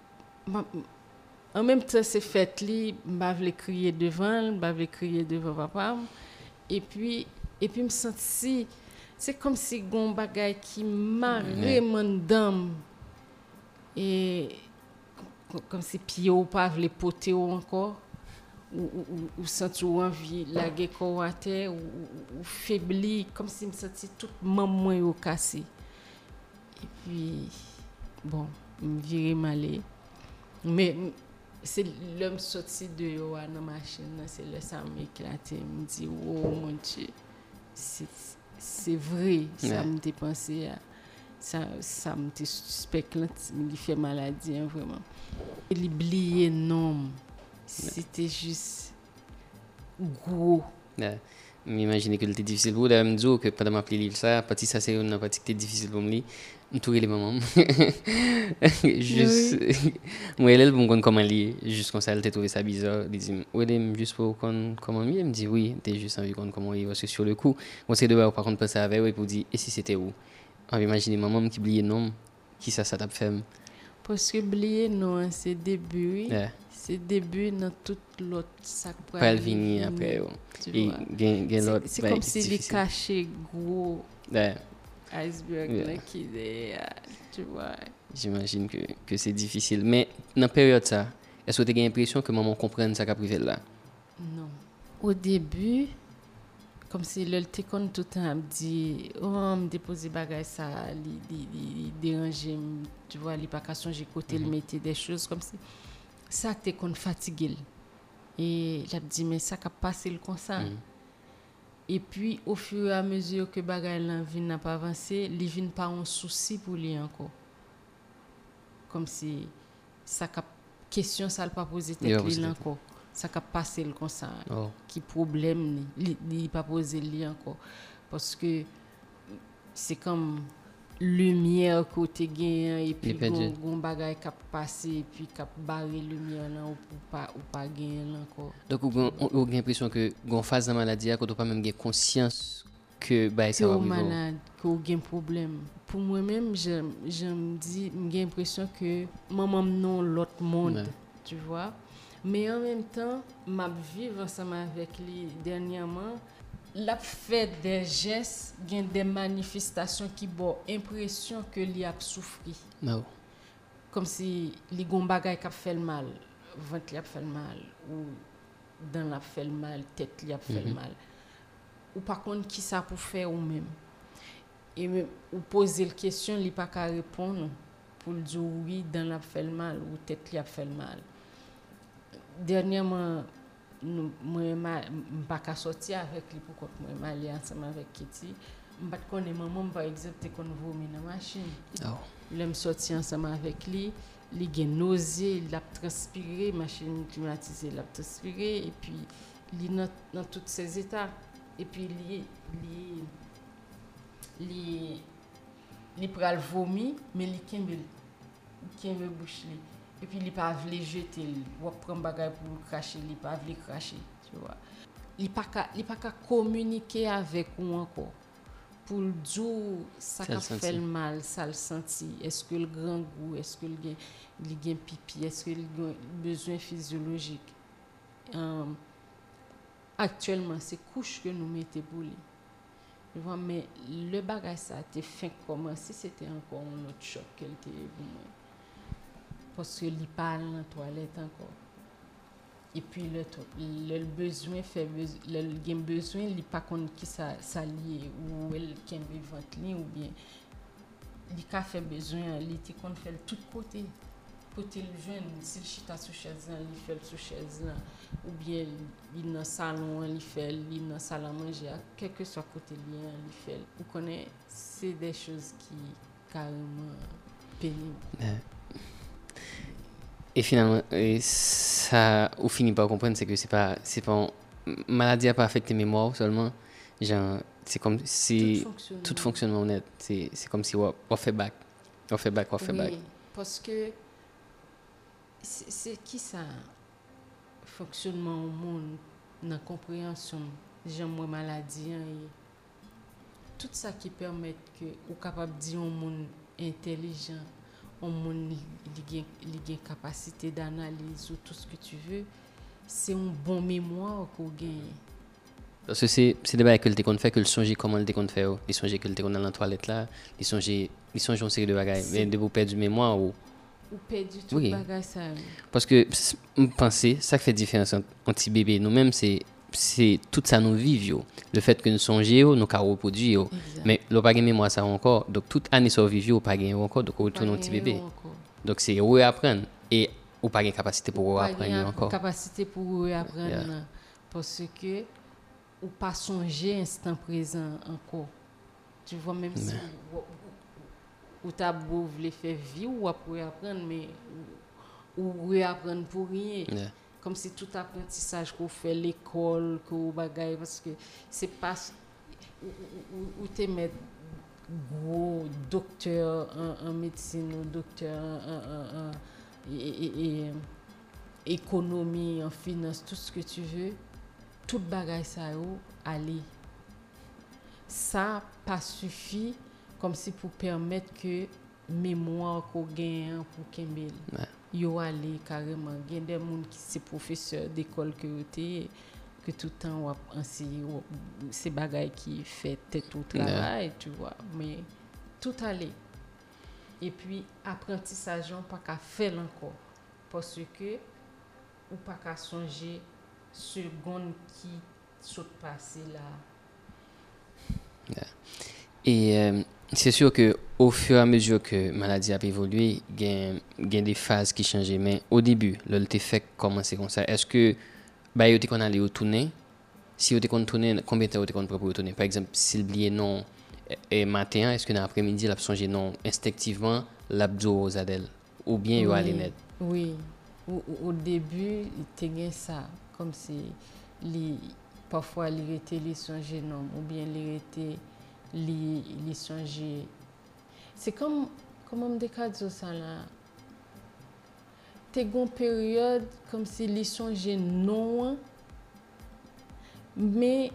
Speaker 2: En même temps, c'est fait, je vais crier devant, je vais crier devant papa. Et puis, et puis, je me sens si, c'est comme si un bagay qui m'a vraiment dame. Et comme si pied ou pas les poter encore. Ou, ou, ou sentir envie la gueule à terre ou, ou, ou faibli comme si me sentais tout maman au cassé et puis bon me virer malé mais c'est l'homme sorti de yo dans la machine c'est le ça m'éclaté me dit oh mon Dieu c'est c'est vrai ça yeah. Me dépensé ça ça me suspect il fait maladie hein, vraiment il oublié non. C'était juste gros.
Speaker 1: Yeah. M'imagine que c'était difficile pour moi. Je me dis que pendant ma livre ça, partie ça c'est une partie qui était difficile pour moi. Je tourais les mamans. Juste moi elle bon comment lire juste comme ça elle t'a trouvé ça bizarre. Elle dit "Ouais, juste pour comment lire." Elle me dit "Oui, t'es juste envie de comment lire parce que sur le coup, on sait de par contre penser avec et pour dire et si c'était où." On imagine maman qui oubliait nom, qui ça ça t'a fait.
Speaker 2: Parce que oublier non, c'est début.
Speaker 1: Yeah.
Speaker 2: C'est début dans tout l'autre sac
Speaker 1: pour pas venir après et gain gain l'autre
Speaker 2: c'est comme si il cachait gros
Speaker 1: yeah.
Speaker 2: iceberg yeah. Là qui est tu vois
Speaker 1: j'imagine que que c'est difficile mais dans période ça est-ce que tu as l'impression que maman comprenne ça qu'a privé là
Speaker 2: non au début comme si le te kon tout temps dit oh me déposer bagage ça li li li déranger tu vois li pas qu'à songer côté le mettre des choses comme si ça t'es qu'on fatigué et l'a dit mais ça qu'a passé le comme ça mm. Et puis au fur et à mesure que bagay la vie n'a pas avancé li vinn pas un souci pour lui encore comme si ça qu'a question ça le pas poser tête lui encore ça qu'a passé le comme ça oh. Qui problème li, li pas poser lui encore parce que c'est comme lumière côté gain et puis gon gon bagay cap passer et puis cap barrer lumière là ou pas ou pas gain encore
Speaker 1: donc on on a l'impression que gon phase de maladie quand on pas même gain conscience que bah ça va arriver
Speaker 2: malade qu'on gain problème pour moi même je je me dis j'ai l'impression que maman non l'autre monde ouais. Tu vois mais en même temps m'a vivre ensemble avec lui dernièrement l'a fait des gestes, gain des manifestations qui bon impression que li a souffri.
Speaker 1: Non.
Speaker 2: Comme si li gon bagay qui a fait le mal, ventre li a fait le mal ou dans la fait le mal, tête li a fait mm-hmm. le mal. Ou par contre qui ça pour faire ou même. Et même ou poser la question, li pas qu'à répondre pour dire oui dans la fait le mal ou tête li a fait le mal. Dernièrement moi je pas qu'à sortir avec lui pour que moi aller ensemble avec Kitty pas connait maman par exemple te qu'on vomit dans machine oh l'aime sortir ensemble avec lui il gain nausée il a transpiré machine climatisée il a transpiré et puis il dans dans tous ses états et puis il il il il pral vomir mais il kembe kembe bouche li et puis il pas veut jeter ou prendre bagage pour cracher il pas veut cracher tu vois il pas il pas communiquer avec ou encore pour le dire ça
Speaker 1: Ça le
Speaker 2: qu'a fait
Speaker 1: senti.
Speaker 2: le mal, ça le senti. Est-ce que le grand goût, est-ce que le gain il gain pipi, est-ce que le gain besoin physiologique. Um, actuellement, c'est couche que nous mettons pour lui. Tu vois, mais le bagage ça a été fait comment si c'était encore un autre choc qu'elle était pour moi. Parce que il parle dans la toilette encore. Et puis le, le, le besoin fait le, le besoin il pas contre qui ça ça lié ou elle qui me ventre ou bien il a fait besoin il était qu'on fait tout côté côté le jeune s'il chita sous chaise il fait sous chaise là ou bien il dans salon il fait il dans salle à manger quel que soit côté lien il fait vous connaissez c'est des choses qui carrément pénibles.
Speaker 1: Ouais. Et finalement, et ça, on finit par comprendre, c'est que c'est pas, c'est pas, maladie a pas affecté mémoire seulement, genre, c'est comme si tout fonctionnement honnête, c'est, c'est comme si on, on fait back, on fait back, on fait
Speaker 2: oui,
Speaker 1: back.
Speaker 2: Parce que c'est, c'est qui ça, fonctionnement au monde, dans la compréhension, j'aime moi maladie, hein, et tout ça qui permet que ou capable de dire un monde intelligent. On a une capacité d'analyse ou tout ce que tu veux, c'est une bonne mémoire qu'on gagne.
Speaker 1: Parce que c'est c'est des bagages que le fait que le songer comment le décompte faire, il songer que le dans la toilette là, il songer il songer une série de bagages mais de vous perdre du mémoire ou
Speaker 2: ou perdre tout
Speaker 1: oui.
Speaker 2: bagage ça.
Speaker 1: Parce que me penser ça fait différence entre un petit bébé nous-mêmes c'est c'est tout ça nous vivons le fait que nous songions nous ca reproduire mais le pas gain mémoire ça encore donc toute année sur vivre pas gain encore donc retourner un petit bébé donc c'est réapprendre et ou pas gain capacité pour réapprendre encore
Speaker 2: capacité pour réapprendre yeah. Parce que ou pas songer instant présent encore tu vois même mais. Si ou, ou t'as beau voulait faire vivre ou après apprendre mais ou réapprendre pour rien yeah. Comme si tout apprentissage qu'on fait l'école qu'on bagaille parce que c'est pas où tu mettre gros docteur en, en médecine ou docteur en, en, en et, et, et, économie en finance tout ce que tu veux tout bagaille ça yo aller ça pas suffit comme si pour permettre que mémoire qu'on gagne pour Kembel ouais. Yo aller carrément il y a des monde qui c'est professeur d'école que t'es que tout le temps on enseigner c'est bagaille qui fait tête au travail yeah. Tu vois mais tout aller et puis apprentissage on pas qu'à faire encore parce que ou pas qu'à songer seconde qui saute passer là
Speaker 1: yeah. Et euh, c'est sûr que au fur et à mesure que la maladie a évolué, il y a des phases qui changent. Mais au début, le fait commencer comme ça, est-ce que bah, vous avez allé retourner? Si vous avez retourné, combien de temps vous avez pour retourner? Par exemple, s'il oubliait non et matin, est-ce que dans l'après-midi, il a changé non instinctivement l'abdo aux adèles? Ou bien vous allez net?
Speaker 2: Oui, au, au début, il était ça, comme si les, parfois il était les songer non, ou bien il était les les songer. C'est comme comment me décade ça là. T'es une période comme si les songer non, mais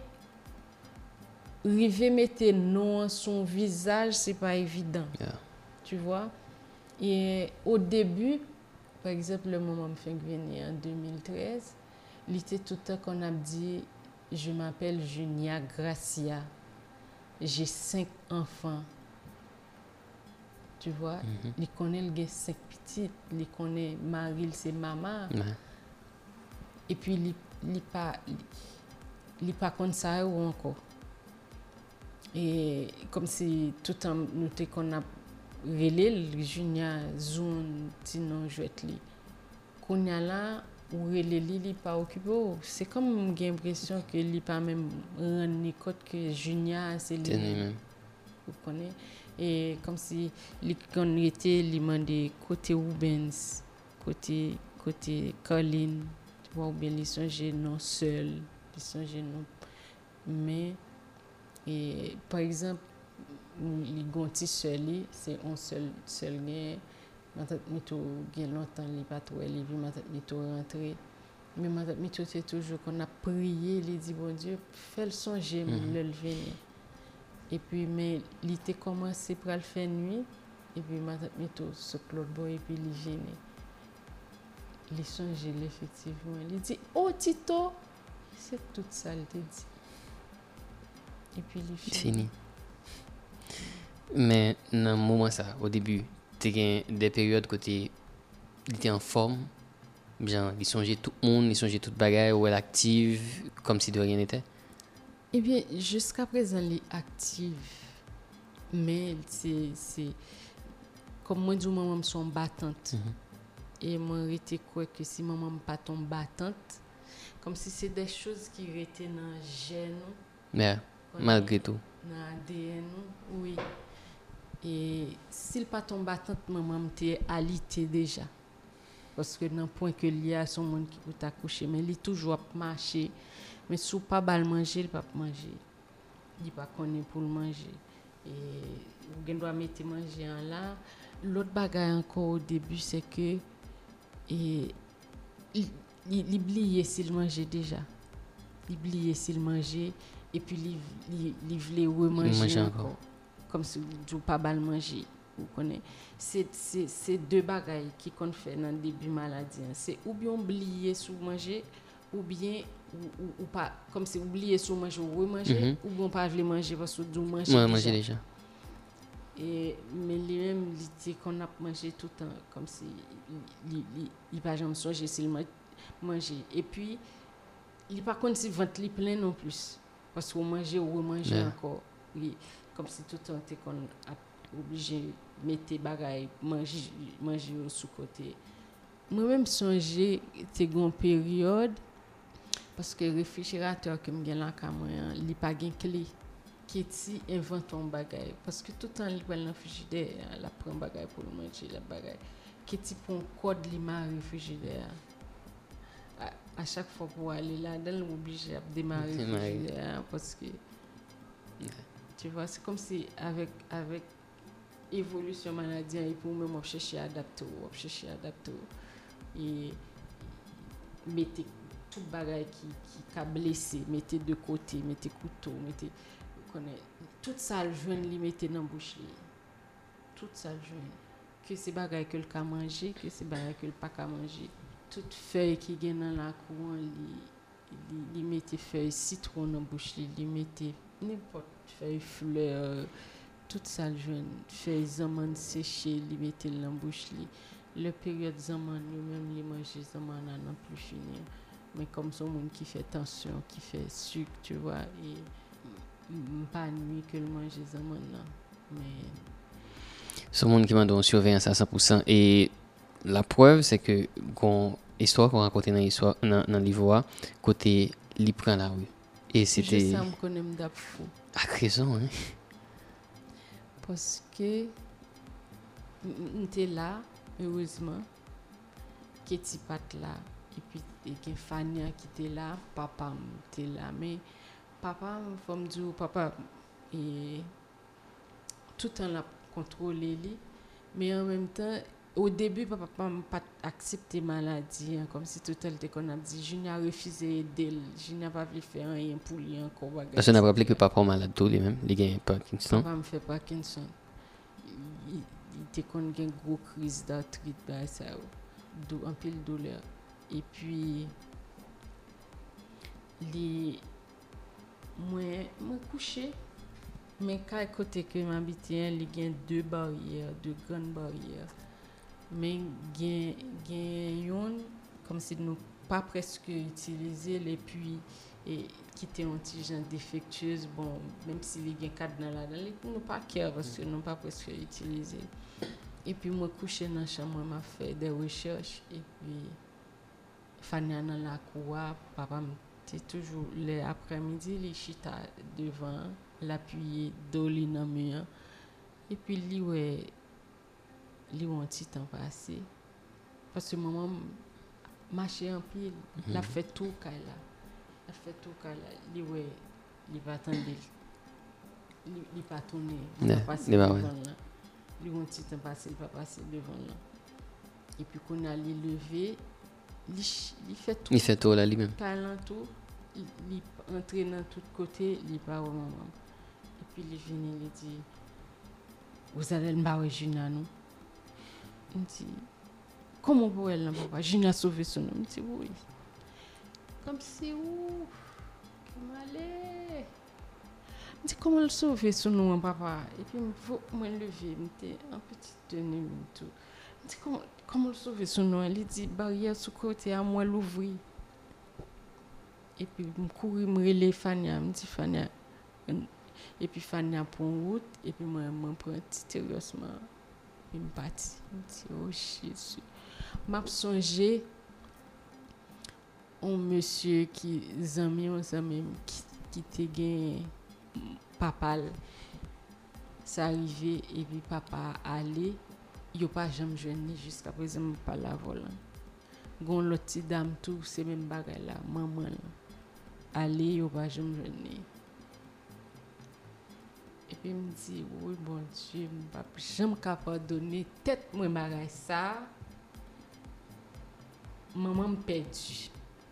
Speaker 2: river mettre non son visage c'est pas évident.
Speaker 1: Yeah.
Speaker 2: Tu vois? Et au début, par exemple, le moment où je suis venu en deux mille treize, il était tout le temps qu'on a dit je m'appelle Junia Gracia. J'ai cinq enfants. Tu vois, mm-hmm. Il connaît le gars cinq petites, il connaît Marie, c'est maman. Mm-hmm. Et puis il il pas il pas comme ça ou encore. Et comme si tout le temps nous te qu'on a relé Junia zone sinon jouette li. Qu'on y a là ou relé li pas occupé, c'est comme j'ai l'impression que li pas même rendre compte que Junia c'est lui. Vous connaissez et comme si li quand était li mandé côté Rubens, côté côté Colin, tu vois ou bien ils sont non seul, ils sont non mais et par exemple les gonti seul c'est un seul seul gain matat mito gain longtemps li pas trop li vi matat mito rentrer mais matat mito c'est toujours qu'on a prié les dit bon Dieu fais le songer mm-hmm. le venir Et puis, mais il était commencé pour le faire nuit. Et puis, ma tante met tout ce l'autre boy et puis il gêné. Il songe effectivement. Il dit, oh Tito, c'est tout ça, il te dit. Et puis, il est fini.
Speaker 1: Fini. Mais dans le moment ça, au début, tu as des périodes côté il était en forme, genre, il songeait tout le monde, il songeait toute bagaille, ou elle active, comme si de rien n'était.
Speaker 2: Eh bien, jusqu'à présent, elle est active. Mais c'est, c'est comme moi, je maman sont battante. Mm-hmm. Et moi, j'étais quoi que si maman n'est pas tombe battante, comme si c'est des choses qui étaient dans le gène.
Speaker 1: Yeah, malgré tout.
Speaker 2: Dans l'A D N, oui. Et si le pas tombe battante, maman était alité déjà. Parce que dans le point que il y a son monde qui peut accoucher, mais il toujours marcher. Mais si vous pas bal manger, il pas manger. Il pas connaît pour le manger. Et vous doit mettre manger en là. L'autre bagaille encore au début c'est que et il il oubliait s'il mangeait déjà. Il oubliait s'il mangeait et puis il il, il voulait remanger encore. encore. Comme si vous pas bal manger. Vous connaissez, c'est c'est c'est deux bagailles qui qu'on fait dans le début maladie. C'est ou bien oublier sous manger ou bien ou, ou, ou pas comme si oublier sous manger ou remanger mm-hmm. ou bien pas veut manger parce que vous manger
Speaker 1: ouais,
Speaker 2: déjà.
Speaker 1: manger déjà.
Speaker 2: Et mais lui même il dit qu'on a mangé tout le temps comme si il il il pas jamais songer s'il manger et puis il pas contre si ventre li plein non plus parce que manger ou remanger yeah. encore. Oui, comme si tout le temps qu'on a obligé mettre bagaille manger manger sous côté moi même songer c'est une période parce que réfrigérateur que me gagne là quand moi il pas gain clé qui ti invente un bagaille parce que tout le temps il va dans frigidaire la prend bagaille pour manger la bagaille qui ti pour code li ma frigidaire à, à chaque fois pour aller là dans obligé à démarrer frigidaire parce que yeah. Tu vois c'est comme si avec avec évolution maladie et pour même chercher à adapter ou chercher à adapter et mettez tout bagaille qui qui a blessé mettez de côté mettez couteau mettez connaît tout ça le joindre li mettez dans bouche li tout ça le joindre que c'est bagaille que le ka manger que c'est bagaille que le pas ka manger toute feuille qui gagne dans la cour li li mettez feuille citron dans bouche li li mettez n'importe feuille fleur tout ça le jeune fait zaman séché li mettre dans bouche li le période zaman lui même li manger zaman n'a plus fini mais comme son monde qui fait tension qui fait sucre tu vois et pas nuit que le manger zaman là mais
Speaker 1: son monde qui m'a donné surveillance à cent pour cent et la preuve c'est que quand histoire qu'on racontait dans l'histoire dans dans livre côté li prend la rue et c'était
Speaker 2: ça me connaît m'dap fou
Speaker 1: à raison hein
Speaker 2: parce que j'étais là heureusement Ketty Pat là et puis et que Fania qui était là papa était là mais papa faut me dire papa et tout le temps l'a contrôler lui mais en même temps au début papa n'a pas accepté maladie hein, comme si tout le temps qu'on a dit je n'ai refusé d'aider je n'ai pas voulu faire rien pour lui encore
Speaker 1: parce qu'on a rappelé que papa est malade tout lui même il a Parkinson
Speaker 2: papa me fait Parkinson il était qu'on a une gros crise d'arthrite bah ça un peu de douleur et puis les moi moi couché mais quand côté que m'habitais il y a deux barrières deux grandes barrières mais gain gain comme si nous pas presque utiliser les puis et qui était antigène défectueuse bon même si les gain cadre dans là dans nous pas care parce que nous pas presque utiliser et puis moi coucher dans chambre m'a fait des recherches et puis Fania dans la cour papa c'est toujours les après-midi les chita devant l'appuyer doli dans mur et puis lui ouais li un petit temps passé parce que maman marchait en pile mm-hmm. la fait tout là la fait tout là li ouais li va attendre li li pas tourner il va passer devant là li un petit temps passé il va passer devant là et puis qu'on a li lever li li fait tout
Speaker 1: il fait tout là lui même
Speaker 2: talent tout il entrer dans tout côté li pas au maman et puis il vient, il dit, vous allez me barrer Juna, non? Il dit, comment vous allez, papa? Juna a sauvé son nom. Il dit, oui. Comme si, ouf, comment aller? Il dit, comment le sauver son nom, papa? Et puis, il faut me lever, il était en petite tenue et tout. Il dit, comment, comment le sauver son nom? Il dit, barrière sous côté, à moi l'ouvrir. Et puis, je courir, je relève Fania, je dis, Fania. Et puis, Fania prend route, et puis, moi, je prends sérieusement. Et je me parti. Je me dis, oh, Jésus. Je me songé un monsieur qui, zami, un zami, qui, qui te gagne papa. Ça arrivé, et puis, papa allé. Il n'y a pas jamais jeune jusqu'à présent, je ne pas la volant. Gon l'autre petite dame, tout, c'est même bagay là, maman là. Allez, il n'y a pas jamais jeune. Et puis, il me dit, oui, bon Dieu, je ne suis pas jamais capable de donner tête, moi, bagay ça. Maman me perdu.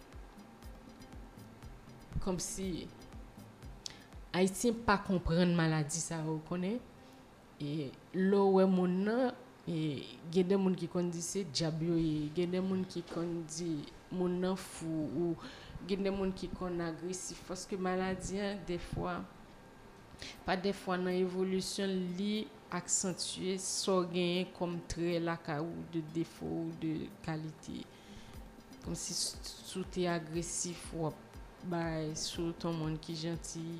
Speaker 2: Comme si Haïtien pas comprendre maladie ça, vous connaissez. Et là où est mon nom, et il y a des gens qui dit c'est diable, il y a des gens qui dit mon nom fou, ou il y a des gens qui sont agressifs. Parce que maladie, des fois, pas des fois dans l'évolution, li accentuer so gagner comme trait là ou de défaut ou de qualité. Comme si sous t'es agressif ou bah sous ton monde qui gentil.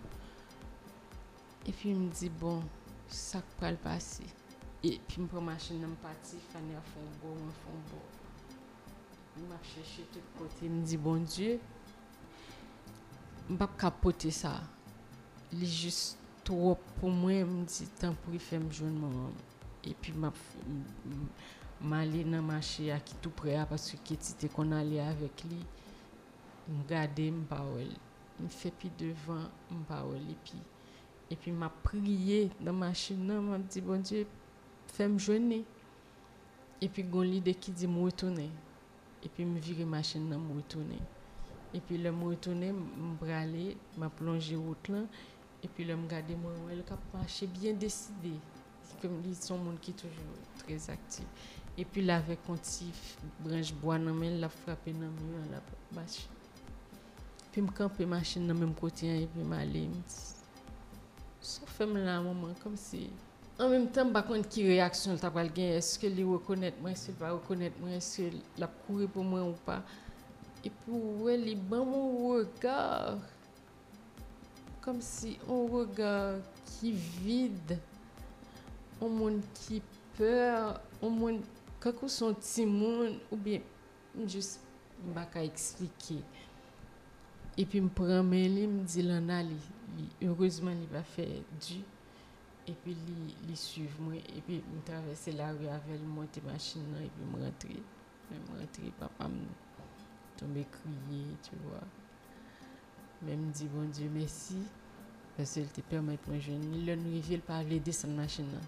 Speaker 2: Et puis il me dit bon, ça peut le passer. Et puis je prends ma machine dans parti, Fanny a fait un bon, un fond bon. Il m'a cherché tout côté, il me dit bon Dieu, je ne peux pas capoter ça. Il est juste trop pour moi, il me dit tant pour y faire me joindre maman. Et puis m'a m'aller dans marché à qui tout près parce que c'était qu'on allait avec lui. Me garder me parole. Il fait puis devant me parole et puis et puis m'a prié dans machine là, m'a dit bon Dieu, fais-moi jeûner. Et puis gon l'idée qui dit me retourner. Et puis me virer machine là, me retourner. Et puis le me retourner, me braler, m'a plonger route là. Et puis le me garder moi, elle cap marcher bien décidé. Comme ils sont monde qui toujours très actif. Et puis là avec un petit branche bois dans main, la frapper dans mur la machine. Puis me camper machine dans même côté et puis m'aller. Ça fait me là moment comme si en même temps pas contre qui réaction t'a pas gagner, est-ce que lui reconnaître moi, est-ce qu'il va reconnaître moi, est-ce que la courir pour moi ou pas. Et puis ouais, les bon mon regard comme si un regard qui vide, un monde qui peur, un monde quelque son petit monde ou bien juste pas qu'à expliquer. Et puis me prend mais il me dit l'ana li heureusement il va faire du et puis il il suivre moi et puis me traverser la rue avec le monter machine et puis me rentrer me rentrer papa me tomber crier tu vois même dit bon Dieu merci parce qu'il te permet de jeune il ne rivière pas aller descendre machine là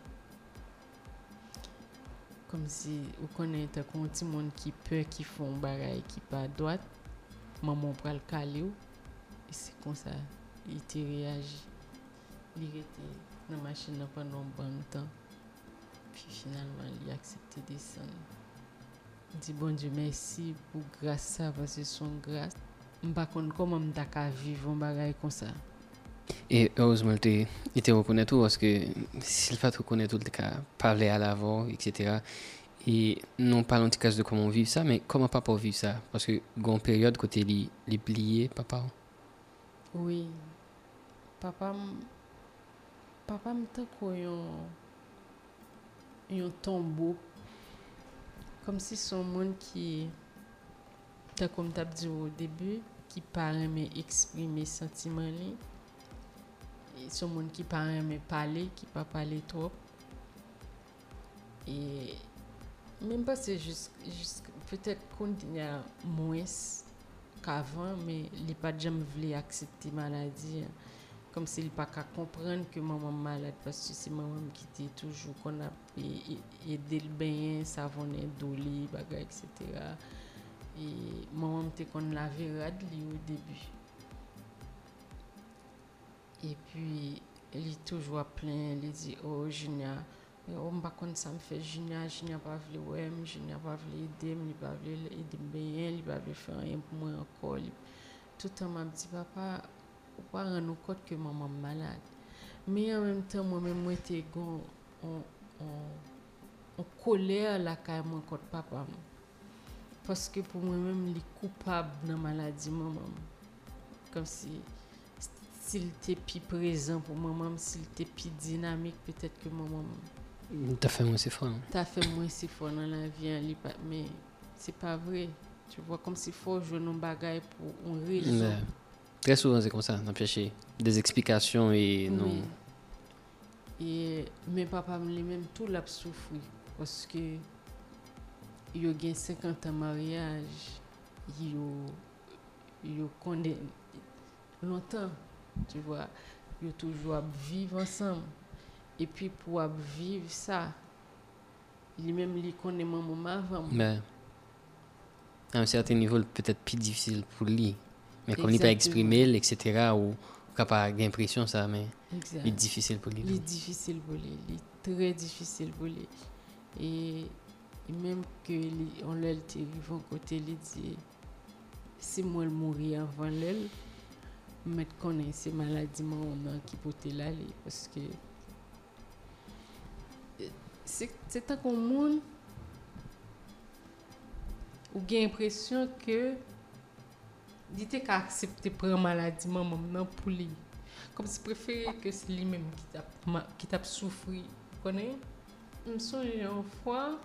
Speaker 2: comme si vous connaissez un petit monde qui peur qui font bagaille qui pas droite maman prend le caler et c'est comme ça il te réagit il était dans la machine pendant un bon temps puis finalement il a accepté de descendre. Je dis bon Dieu merci pour grâce ça parce que son grâce je ne sais pas comment je peux vivre un bagage comme ça.
Speaker 1: Et heureusement il te reconnaît tout parce que s'il faut te reconnaître tout le cas parler à l'avant etc. Et non parlons de cas de comment vivre ça, mais comment papa vivre ça? Parce que il y a une période côté les les pliés, papa.
Speaker 2: Oui. Papa papa me t'a un un tombeau comme si son monde qui t'as comme t'as dit au début qui parle mais exprimer sentiment li. Et son monde qui parle mais parler, qui pas parler trop. Et même pas c'est juste, juste peut-être qu'on y a moins qu'avant mais il pas jamais voulu accepter maladie comme s'il pas qu'à comprendre que maman malade parce que c'est maman qui était toujours qu'on a aidé le bain savonner doli bagarre etc. Et maman était qu'on l'avait rad li au début et puis il est toujours plein, il dit oh Junior, oh m'pas connait ça me fait Junior, Junior pas vle ouais, Junior pas vle aider, il pas vle aider bien, il pas vle faire rien pour moi encore. Tout le temps m'a dit papa, ou pas rendre compte que maman malade. Mais en même temps moi même moi t'ai gon on on on colère la carrément contre papa. Parce que pour moi-même, il est coupable dans la maladie maman. Comme si s'il était plus présent pour maman, s'il était plus dynamique, peut-être que maman.
Speaker 1: T'as fait moins si fort. Hein?
Speaker 2: T'as fait moins si fort dans la vie, mais c'est pas vrai. Tu vois, comme s'il faut jouer nos bagailles pour une raison.
Speaker 1: Mais, très souvent, c'est comme ça. On a cherché des explications et
Speaker 2: oui.
Speaker 1: non.
Speaker 2: Et mes papas, lui-même, tout l'a souffert. Parce que il y a cinquante ans de mariage, il y a condamné longtemps, tu vois, il y a toujours vivre ensemble. Et puis pour vivre ça, lui-même, il connaît maman avant.
Speaker 1: Mais à un certain niveau, peut-être plus difficile pour lui. Mais comme il n'est pas exprimé, et cetera, ou n'a pas l'impression ça, mais exact. Il est difficile pour lui.
Speaker 2: Il est difficile pour lui, il est très difficile pour lui. Et Et même que on l'a été vivant côté il dit c'est moi le mourir avant l'elle mais connaît ces maladies mon qui pote là parce que c'est c'est tant qu'on monde ou gain l'impression que dit qu'à accepter prendre maladie maman non pour lui comme si préférer que c'est lui même qui t'a qui t'a souffrir connaît me songe une fois.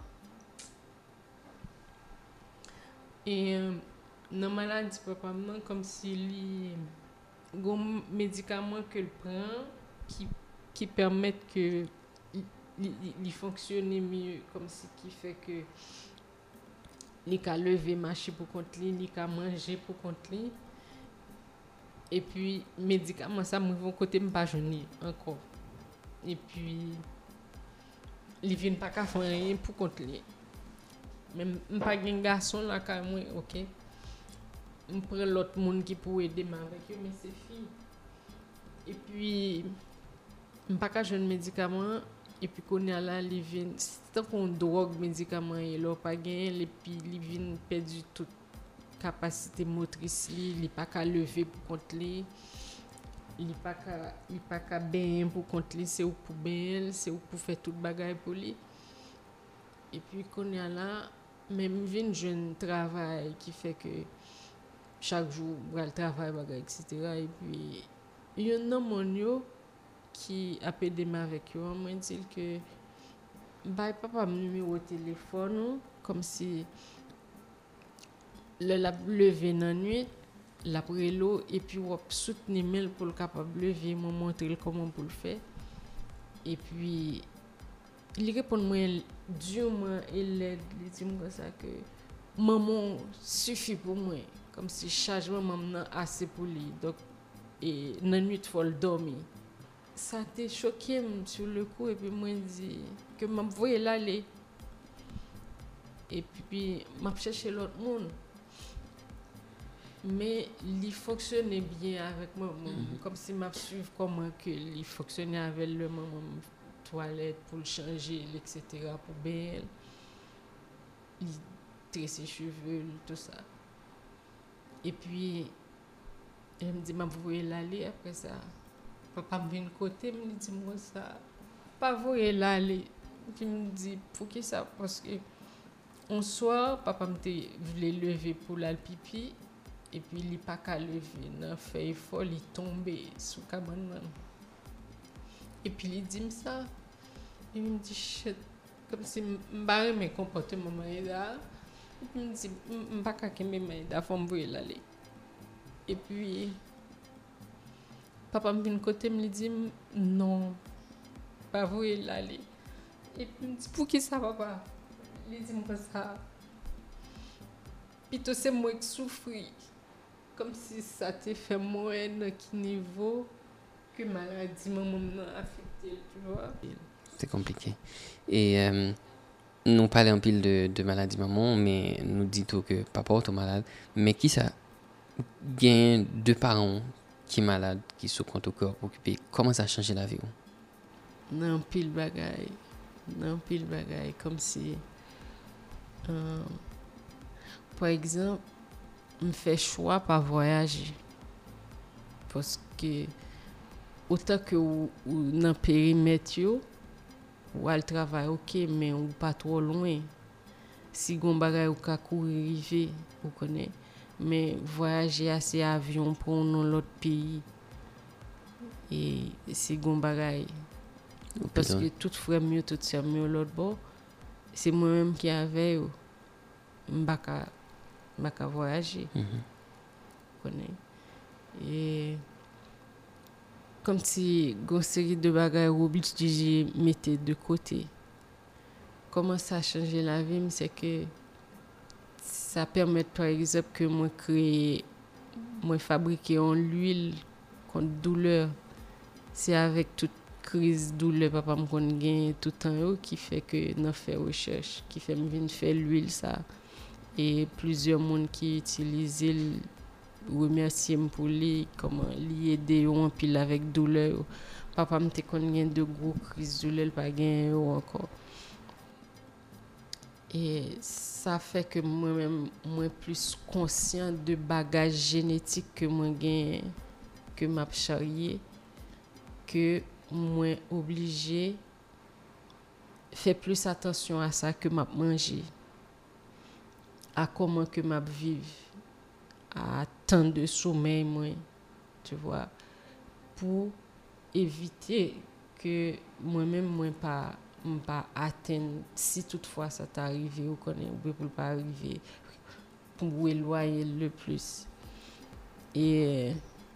Speaker 2: Et euh, dans la maladie, papa, comme si il y a un médicament que prend qui, qui permet que il fonctionne mieux, comme si qui fait que il peut lever, marcher pour contre lui, il peut manger pour contre lui. Et puis, médicament, ça me vont côté me pas jeune encore. Et puis, il vient pas qu'à faire rien pour contre lui. Même pas un garçon là quand moi OK on prend l'autre monde qui pour aider moi avec eux mais c'est fille et puis pas qu'à jeune médicament et puis qu'on est là il vient tant qu'on drogue médicament et là pas gagner et puis il vient perdu toute capacité motrice li il pas qu'à lever pour contre lui il pas qu'à il pas qu'à bien pour contre lui c'est pour bien c'est pour faire toute bagaille pour lui et puis qu'on est là même vinn jeune travail qui fait que chaque jour le travail bagay et cetera et puis il y a un homme qui a pédé avec eux moi dit que bah papa mon numéro de téléphone comme si le la lever dans nuit la prélo et puis on soutenir mail pour le capable lever me montrer comment pour le faire et puis il répond moi durement il l'aide il dit moi ça que maman suffit pour moi comme si chargement maman assez pour lui donc et dans nuit faut le dormir ça t'a choqué sur le coup et puis moi dit que m'a voyé l'aller et puis m'a cherché l'autre monde mais il fonctionnait bien avec moi mm-hmm. Comme si m'a suivre comment que il fonctionnait avec le maman toilette pour le changer et cetera pour bien il tresse ses cheveux tout ça et puis elle me dit m'a voyé l'aller après ça papa me vient côté me dit moi ça pas voyé l'aller puis me dit pour qui ça parce que un soir papa me voulait lever pour la pipi et puis il pas qu'à lever non fait effort il tombé sous cabane et puis il dit ça il me dit shit comme si m'barre mes comportements là et puis il me dit m'pas qu'à que mes mains da faut me l'aller et puis papa me vient côté me dit non pas voyer l'aller et puis il me dit pour qui ça papa il dit moi ça plutôt c'est moi qui souffre comme si ça te fait moins dans quel niveau que maladie maman m'a affecté tu vois
Speaker 1: c'est compliqué et euh, nous parlons un pile de, de maladie maman mais nous dit tout que papa est malade mais qui ça gagne deux parents qui est malade, qui est sous compte au corps occupé, comment ça a changé la vie?
Speaker 2: Nan pile bagay. Nan pile bagay. Comme si, euh, par exemple, me fait choix pas voyager. Parce que, autant que ou, ou dans périmètre yo, ou al travail OK, mais ou pas trop loin. Si gon bagay ou ka courir rive, ou connaît. Mais voyager assez avion pour un l'autre pays. Et si gon bagay. Parce que tout frère mieux, tout sœur mieux l'autre bord. C'est moi-même qui avait yo. M'baka m'baka voyager. Mm-hmm. Connaît. Et comme si une série de bagages obligés mettre de côté. Comment ça a changé la vie, c'est que ça permet par exemple que moi créer, moi fabriquer en l'huile contre douleur. C'est avec toute crise douleur papa me connait gain tout temps qui fait que n'a fait recherche, qui fait me venir faire l'huile ça et plusieurs monde qui utilisent remercier pour lui comment lui aider en pile avec douleur papa me te connait de gros crise douleur pas gain encore et ça fait que moi même moi plus conscient de bagages génétiques que moi gain que m'a charrié que moi obligé faire plus attention à ça que m'a manger à comment que m'a vivre à temps de sommeil moi tu vois pour éviter que moi-même moi pas pas atteindre si toutefois ça t'arrive ou connaît ou pour pas arriver pour éloigner le plus et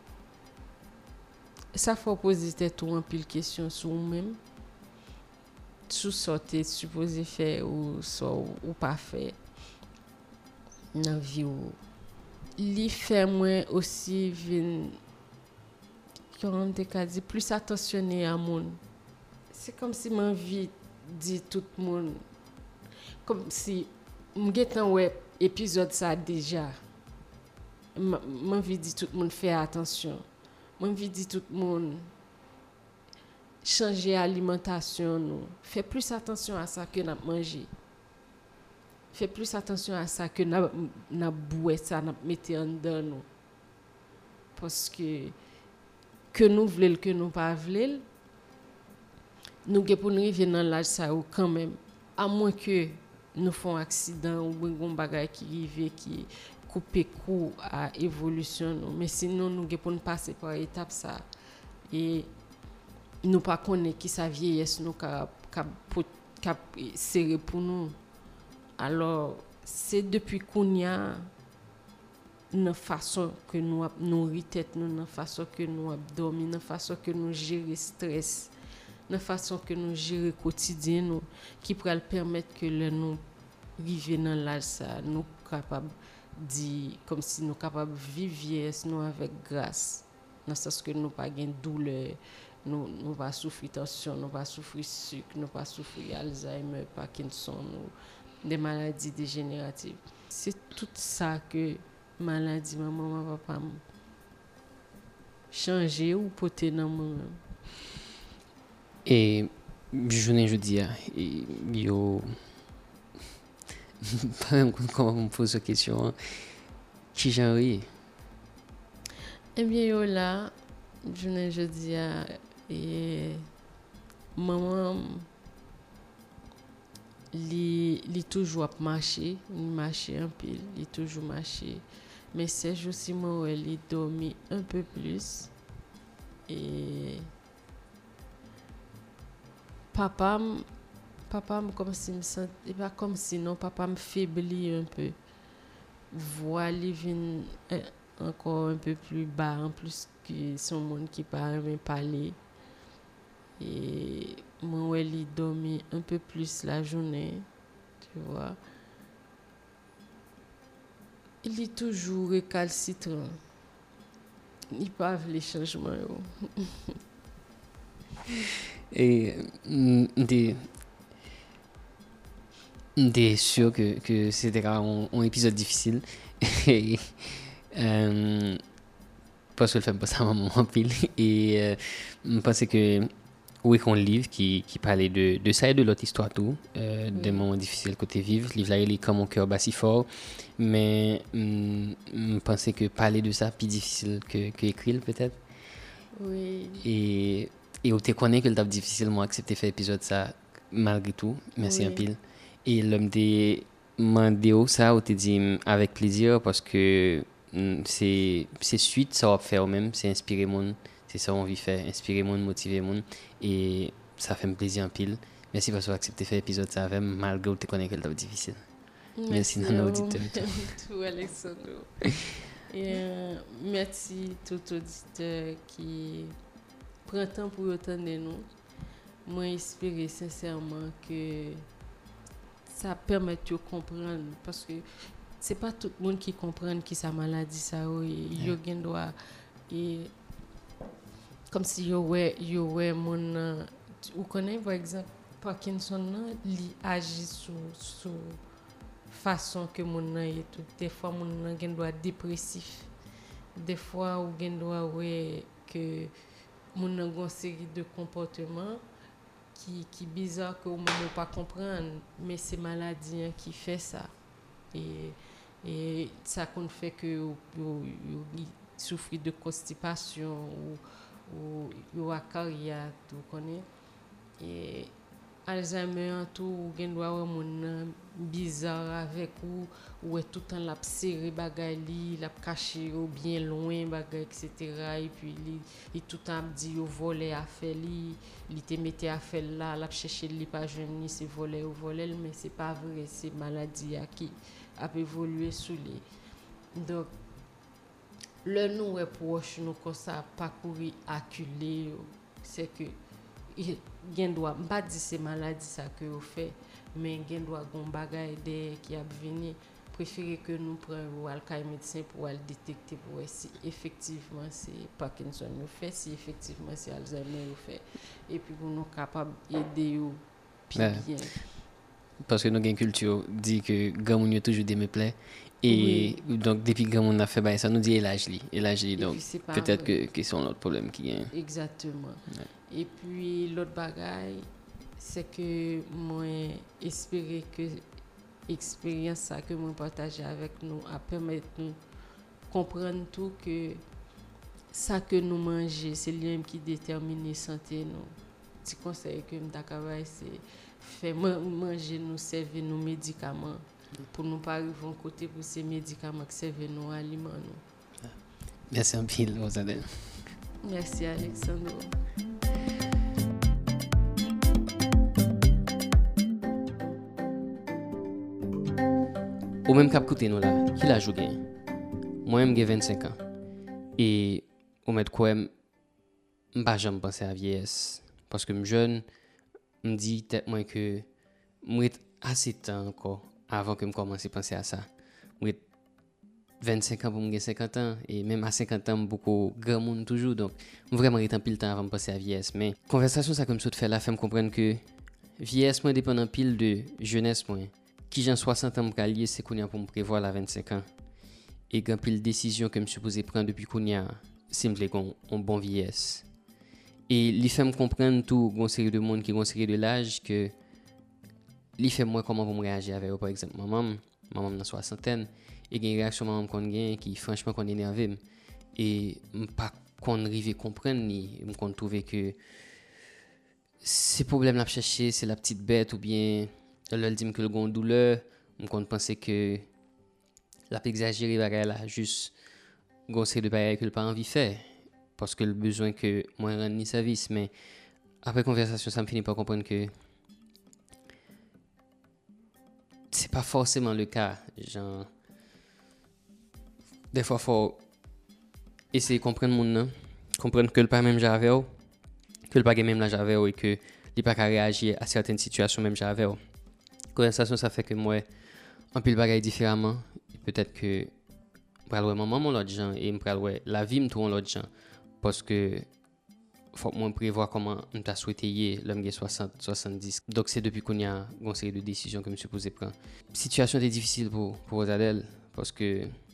Speaker 2: ça faut poser tout un pile question sur nous-mêmes tout sortir supposé faire ou so, ou pas faire dans vie ou li fait moi aussi vinn comme te ka dit plus attentionné à monde c'est comme si m'envie dit tout le monde comme si m'getan ouais épisode ça déjà m'envie dit tout le monde faire attention m'envie dit tout le monde changer alimentation nous fait plus attention à ça que n'a manger fait plus attention à ça que n'a n'a boire ça n'a mettre en dedans nous parce que que nous voulons que nous pas voulons nous que pour nous arriver dans l'âge ça ou quand même à moins que nous font accident ou un bagage qui arrive qui couper court à évolution nous mais sinon nous que pour nous passer par étape ça et nous pas connaître qui sa vieillesse nous cap cap cap serré pour nous alors c'est depuis qu'on y a une façon que nous nourrir tête nous une façon que nous dormir une façon que nous gérer stress une façon que nous gérer quotidien nous qui pourrait permettre que le nous arriver dans l'âge ça nous capable dit comme si nous capable vivre vieillesse nous avec grâce dans le sens que nous pas gain douleur nous nous pas souffrir tension nous pas souffrir sucre nous pas souffrir Alzheimer Parkinson nous des maladies dégénératives c'est tout ça que maladie maman papa changer ou porter dans moi
Speaker 1: et je ne je dis yo comment on me pose cette question qui genre
Speaker 2: eh bien yo là je ne je dis et maman li li toujours marcher marcher un peu li toujours marcher mais c'est juste moi elle dormi un peu plus et papa papa comme si me sent et pas comme si non papa me faiblit un peu voix li vient encore un peu plus bas en plus que son monde qui parle mais parler et moi elle dormi un peu plus la journée tu vois il est toujours récalcitrant il pas les changements
Speaker 1: et des des sûr que que c'était un, un épisode difficile et euh, parce que le fait pas ça maman en pile et euh, je pense que oui qu'on livre qui qui parlait de de ça et de l'autre histoire tout euh, oui. Des moments difficiles côté vivre livre là il est comme mon cœur bat si fort mais je pensais que parler de ça plus difficile que que écrire peut-être
Speaker 2: oui
Speaker 1: et et on te connaît que le taf difficilement accepter faire épisode ça malgré tout merci oui. Un pile et l'homme des mandéo ça on te dit avec plaisir parce que c'est c'est suite ça va faire même c'est inspirer monde c'est ça on veut faire inspirer monde motiver monde et ça fait me plaisir en pile merci parce que vous accepté faire épisode ça avec malgré que tu connais que c'est difficile merci à nos auditeurs
Speaker 2: tout Alexandre et euh, merci tout auditeur qui prend temps pour entendre nous moi j'espère sincèrement que ça permet de comprendre parce que c'est pas tout le monde qui comprend qui sa maladie ça il y a doit et comme si yo ouais yo ouais mon vous connaissez par exemple Parkinson il agit sur sur façon que mon est tout des fois mon gen doit dépressif des fois ou gen doit ouais que mon a une série de comportements qui qui bizarre que on ne pas comprendre mais c'est maladie hein, qui fait ça et et ça qu'on fait que yo, yo, yo souffrir de constipation ou ou yo akaria tu connais et Alzheimer tout ou gen doit mon bizarre avec ou ou est tout le temps la serrer bagay li la cacher ou bien loin bagay etc et puis li il tout le temps dit yo voler à faire li li te mettait à faire là la chercher li pas jeune ni c'est voler ou voler mais c'est pas vrai c'est maladie qui a évolué sous les donc le nous est proche nous comme ça parcourir acculé c'est que il gen doit pas dire c'est maladie ça que vous fait mais gen doit gon bagay de qui a venir préférer que nous prendre al kay médecin pour le détecter pour voir si effectivement c'est Parkinson nous fait si effectivement c'est Alzheimer nous fait et puis pour nous capable aider ou bien
Speaker 1: parce que nous gain culture dit que grand moun toujours des me plaît et oui. Donc depuis grand moun a fait bah ça nous dit l'âge li l'âge li donc peut-être vrai. que que c'est l'autre problème qui gagne
Speaker 2: exactement ouais. Et puis l'autre bagaille c'est que moi espérer que expérience ça que moi partager avec nous a permettre nous comprendre tout que ça que nous manger c'est lui qui détermine santé nous petit conseil que me d'accabaye c'est faire manger nous servir nos médicaments pour nous pas arriver à côté pour ces médicaments qui servent nos aliments nous.
Speaker 1: Merci un peu Rosadel.
Speaker 2: Merci Alexandre.
Speaker 1: Au même cap côté nous là, qui l'a joué? Moi j'ai vingt-cinq ans et au mettre quoi m'pas jamais penser à vieillesse parce que me jeune me dit tête moi que moi assez temps encore avant que me commencer à penser à ça. Moi vingt-cinq ans pour me cinquante ans et même à cinquante ans beaucoup grand monde toujours donc vraiment il temps pile temps avant de passer à vieillesse mais conversation ça comme ça te fait là fait me comprendre que vieillesse moi dépend pile de jeunesse moi qui j'ai soixante ans me lier c'est qu'on a pour me prévoir la vingt-cinq ans et quand pile décision que me supposé prendre depuis qu'on a simple qu'on on bon vieillesse et li fait me comprendre tout gon série de monde qui gon série de l'âge que li fait moi comment vous me réagir avec par exemple maman maman dans soixantaine et une réaction maman qu'on gagne qui franchement qu'on énervé et pas qu'on arrive comprendre ni qu'on trouver que ces problèmes là chercher c'est la petite bête ou bien elle dit que le gon douleur qu'on penser que la exagérer bagarre là juste gon série de bagarre que le pas envie faire parce que le besoin que moi rendre ni service mais après conversation ça me finit par comprendre que c'est pas forcément le cas genre des fois faut essayer de comprendre mon nom comprendre que le pas même j'avais que le pas même là j'avais et que il pas qu'à réagir à certaines situations même j'avais conversation ça fait que moi un peu le bagaille différemment peut-être que pral ouais maman mon l'autre gens et me pral ouais la vie me tout l'autre gens parce que faut moi prévoir comment on t'a souhaité y l'homme soixante soixante-dix donc c'est depuis qu'on y a une série de décisions que je me suis posé prendre situation était difficile pour pour Rosadel parce que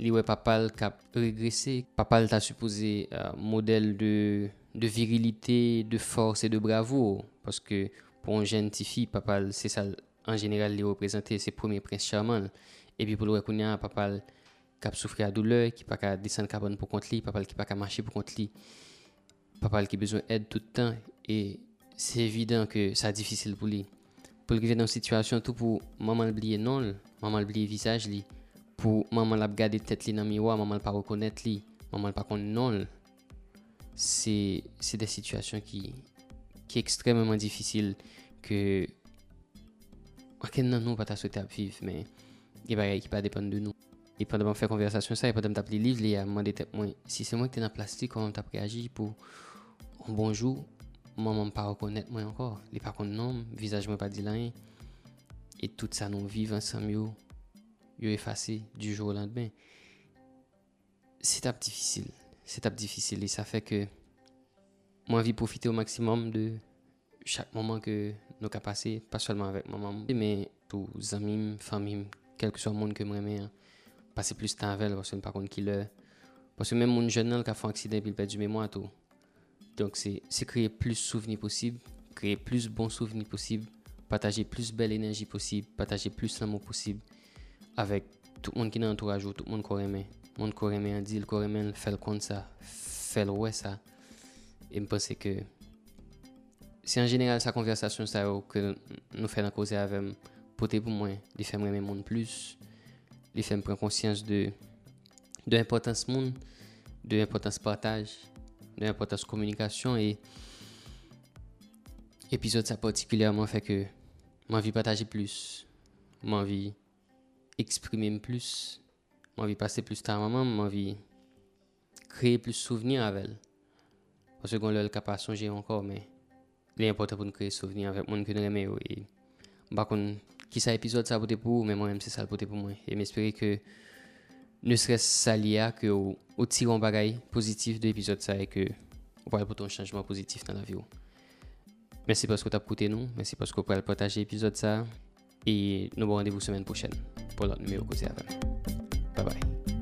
Speaker 1: il ouais papa qui a régressé, papa t'a supposé euh, modèle de de virilité, de force et de bravoure parce que pour une jeune petite fille, papa c'est ça en général les représenter ses premiers princes charmants et puis pour le reconnaître papa qui a souffert à douleur, qui pas qu'à descendre carbone pour contre lui, papa qui pas qu'à marcher pour contre lui. Papa qui a besoin d'aide tout le temps et c'est évident que c'est difficile pour lui. Pour qu'il vienne dans une situation tout pour maman oublier non, maman oublier visage lui, pour maman la regarder tête li dans miroir, maman pas reconnaître lui, maman pas connaître non. C'est c'est des situations qui qui est extrêmement difficile que aucun de nous pas ta souhaiter vivre mais il va qui pas dépendre de nous. Et pendant qu'on fait conversation ça, et pendant que t'appeler livre, il a demandé moi si c'est moi qui t'es dans plastique comment t'as réagi pour un bonjour, maman pas reconnaître moi encore, il pas connaître nom, visage moi pas dit rien. Et tout ça nous vivons ensemble yo yo effacé du jour au lendemain. C'est un difficile, c'est un difficile et ça fait que moi envie profiter au maximum de chaque moment que nous avons passé, pas seulement avec maman, mais tous amis, famille, quel que soit le monde que moi j'aime, passer plus de temps avec elle parce que par contre qui le parce que même mon jeune qui a fait un accident puis il perd du mémoire tout. Donc c'est c'est créer plus de souvenirs possible, créer plus de bons souvenirs possible, partager plus de belle énergie possible, partager plus l'amour possible avec tout le monde qui est dans l'entourage, tout le monde qu'on aime. Mon corps aime en dit, le corps aime fait le compte ça, fait le ouais ça. Et je pense que c'est en général sa conversation ça que nous faisons causer avec pour pour moi, les faire aimer monde plus, les faire prendre conscience de de l'importance monde, de l'importance partage, de l'importance communication et épisode ça particulièrement fait que j'ai envie partager plus, j'ai envie exprimer plus, j'ai envie passer plus de temps à maman, j'ai envie créer plus de souvenirs avec elle. Parce que qu'on l'a capable de songer encore mais il est important pour nous créer des souvenirs avec monde que nous aimons et par contre qui ça épisode ça pour pour mais moi-même c'est ça pour pour moi et m'espérer que ne serait-ce ça lié que au, au tirant bagaille positif de l'épisode ça et que on va pour un changement positif dans la vie. Merci parce que tu as écouté nous, merci parce que vous pouvez partager l'épisode ça et nous vous rendez-vous semaine prochaine pour l'autre numéro Causer avec. Bye bye.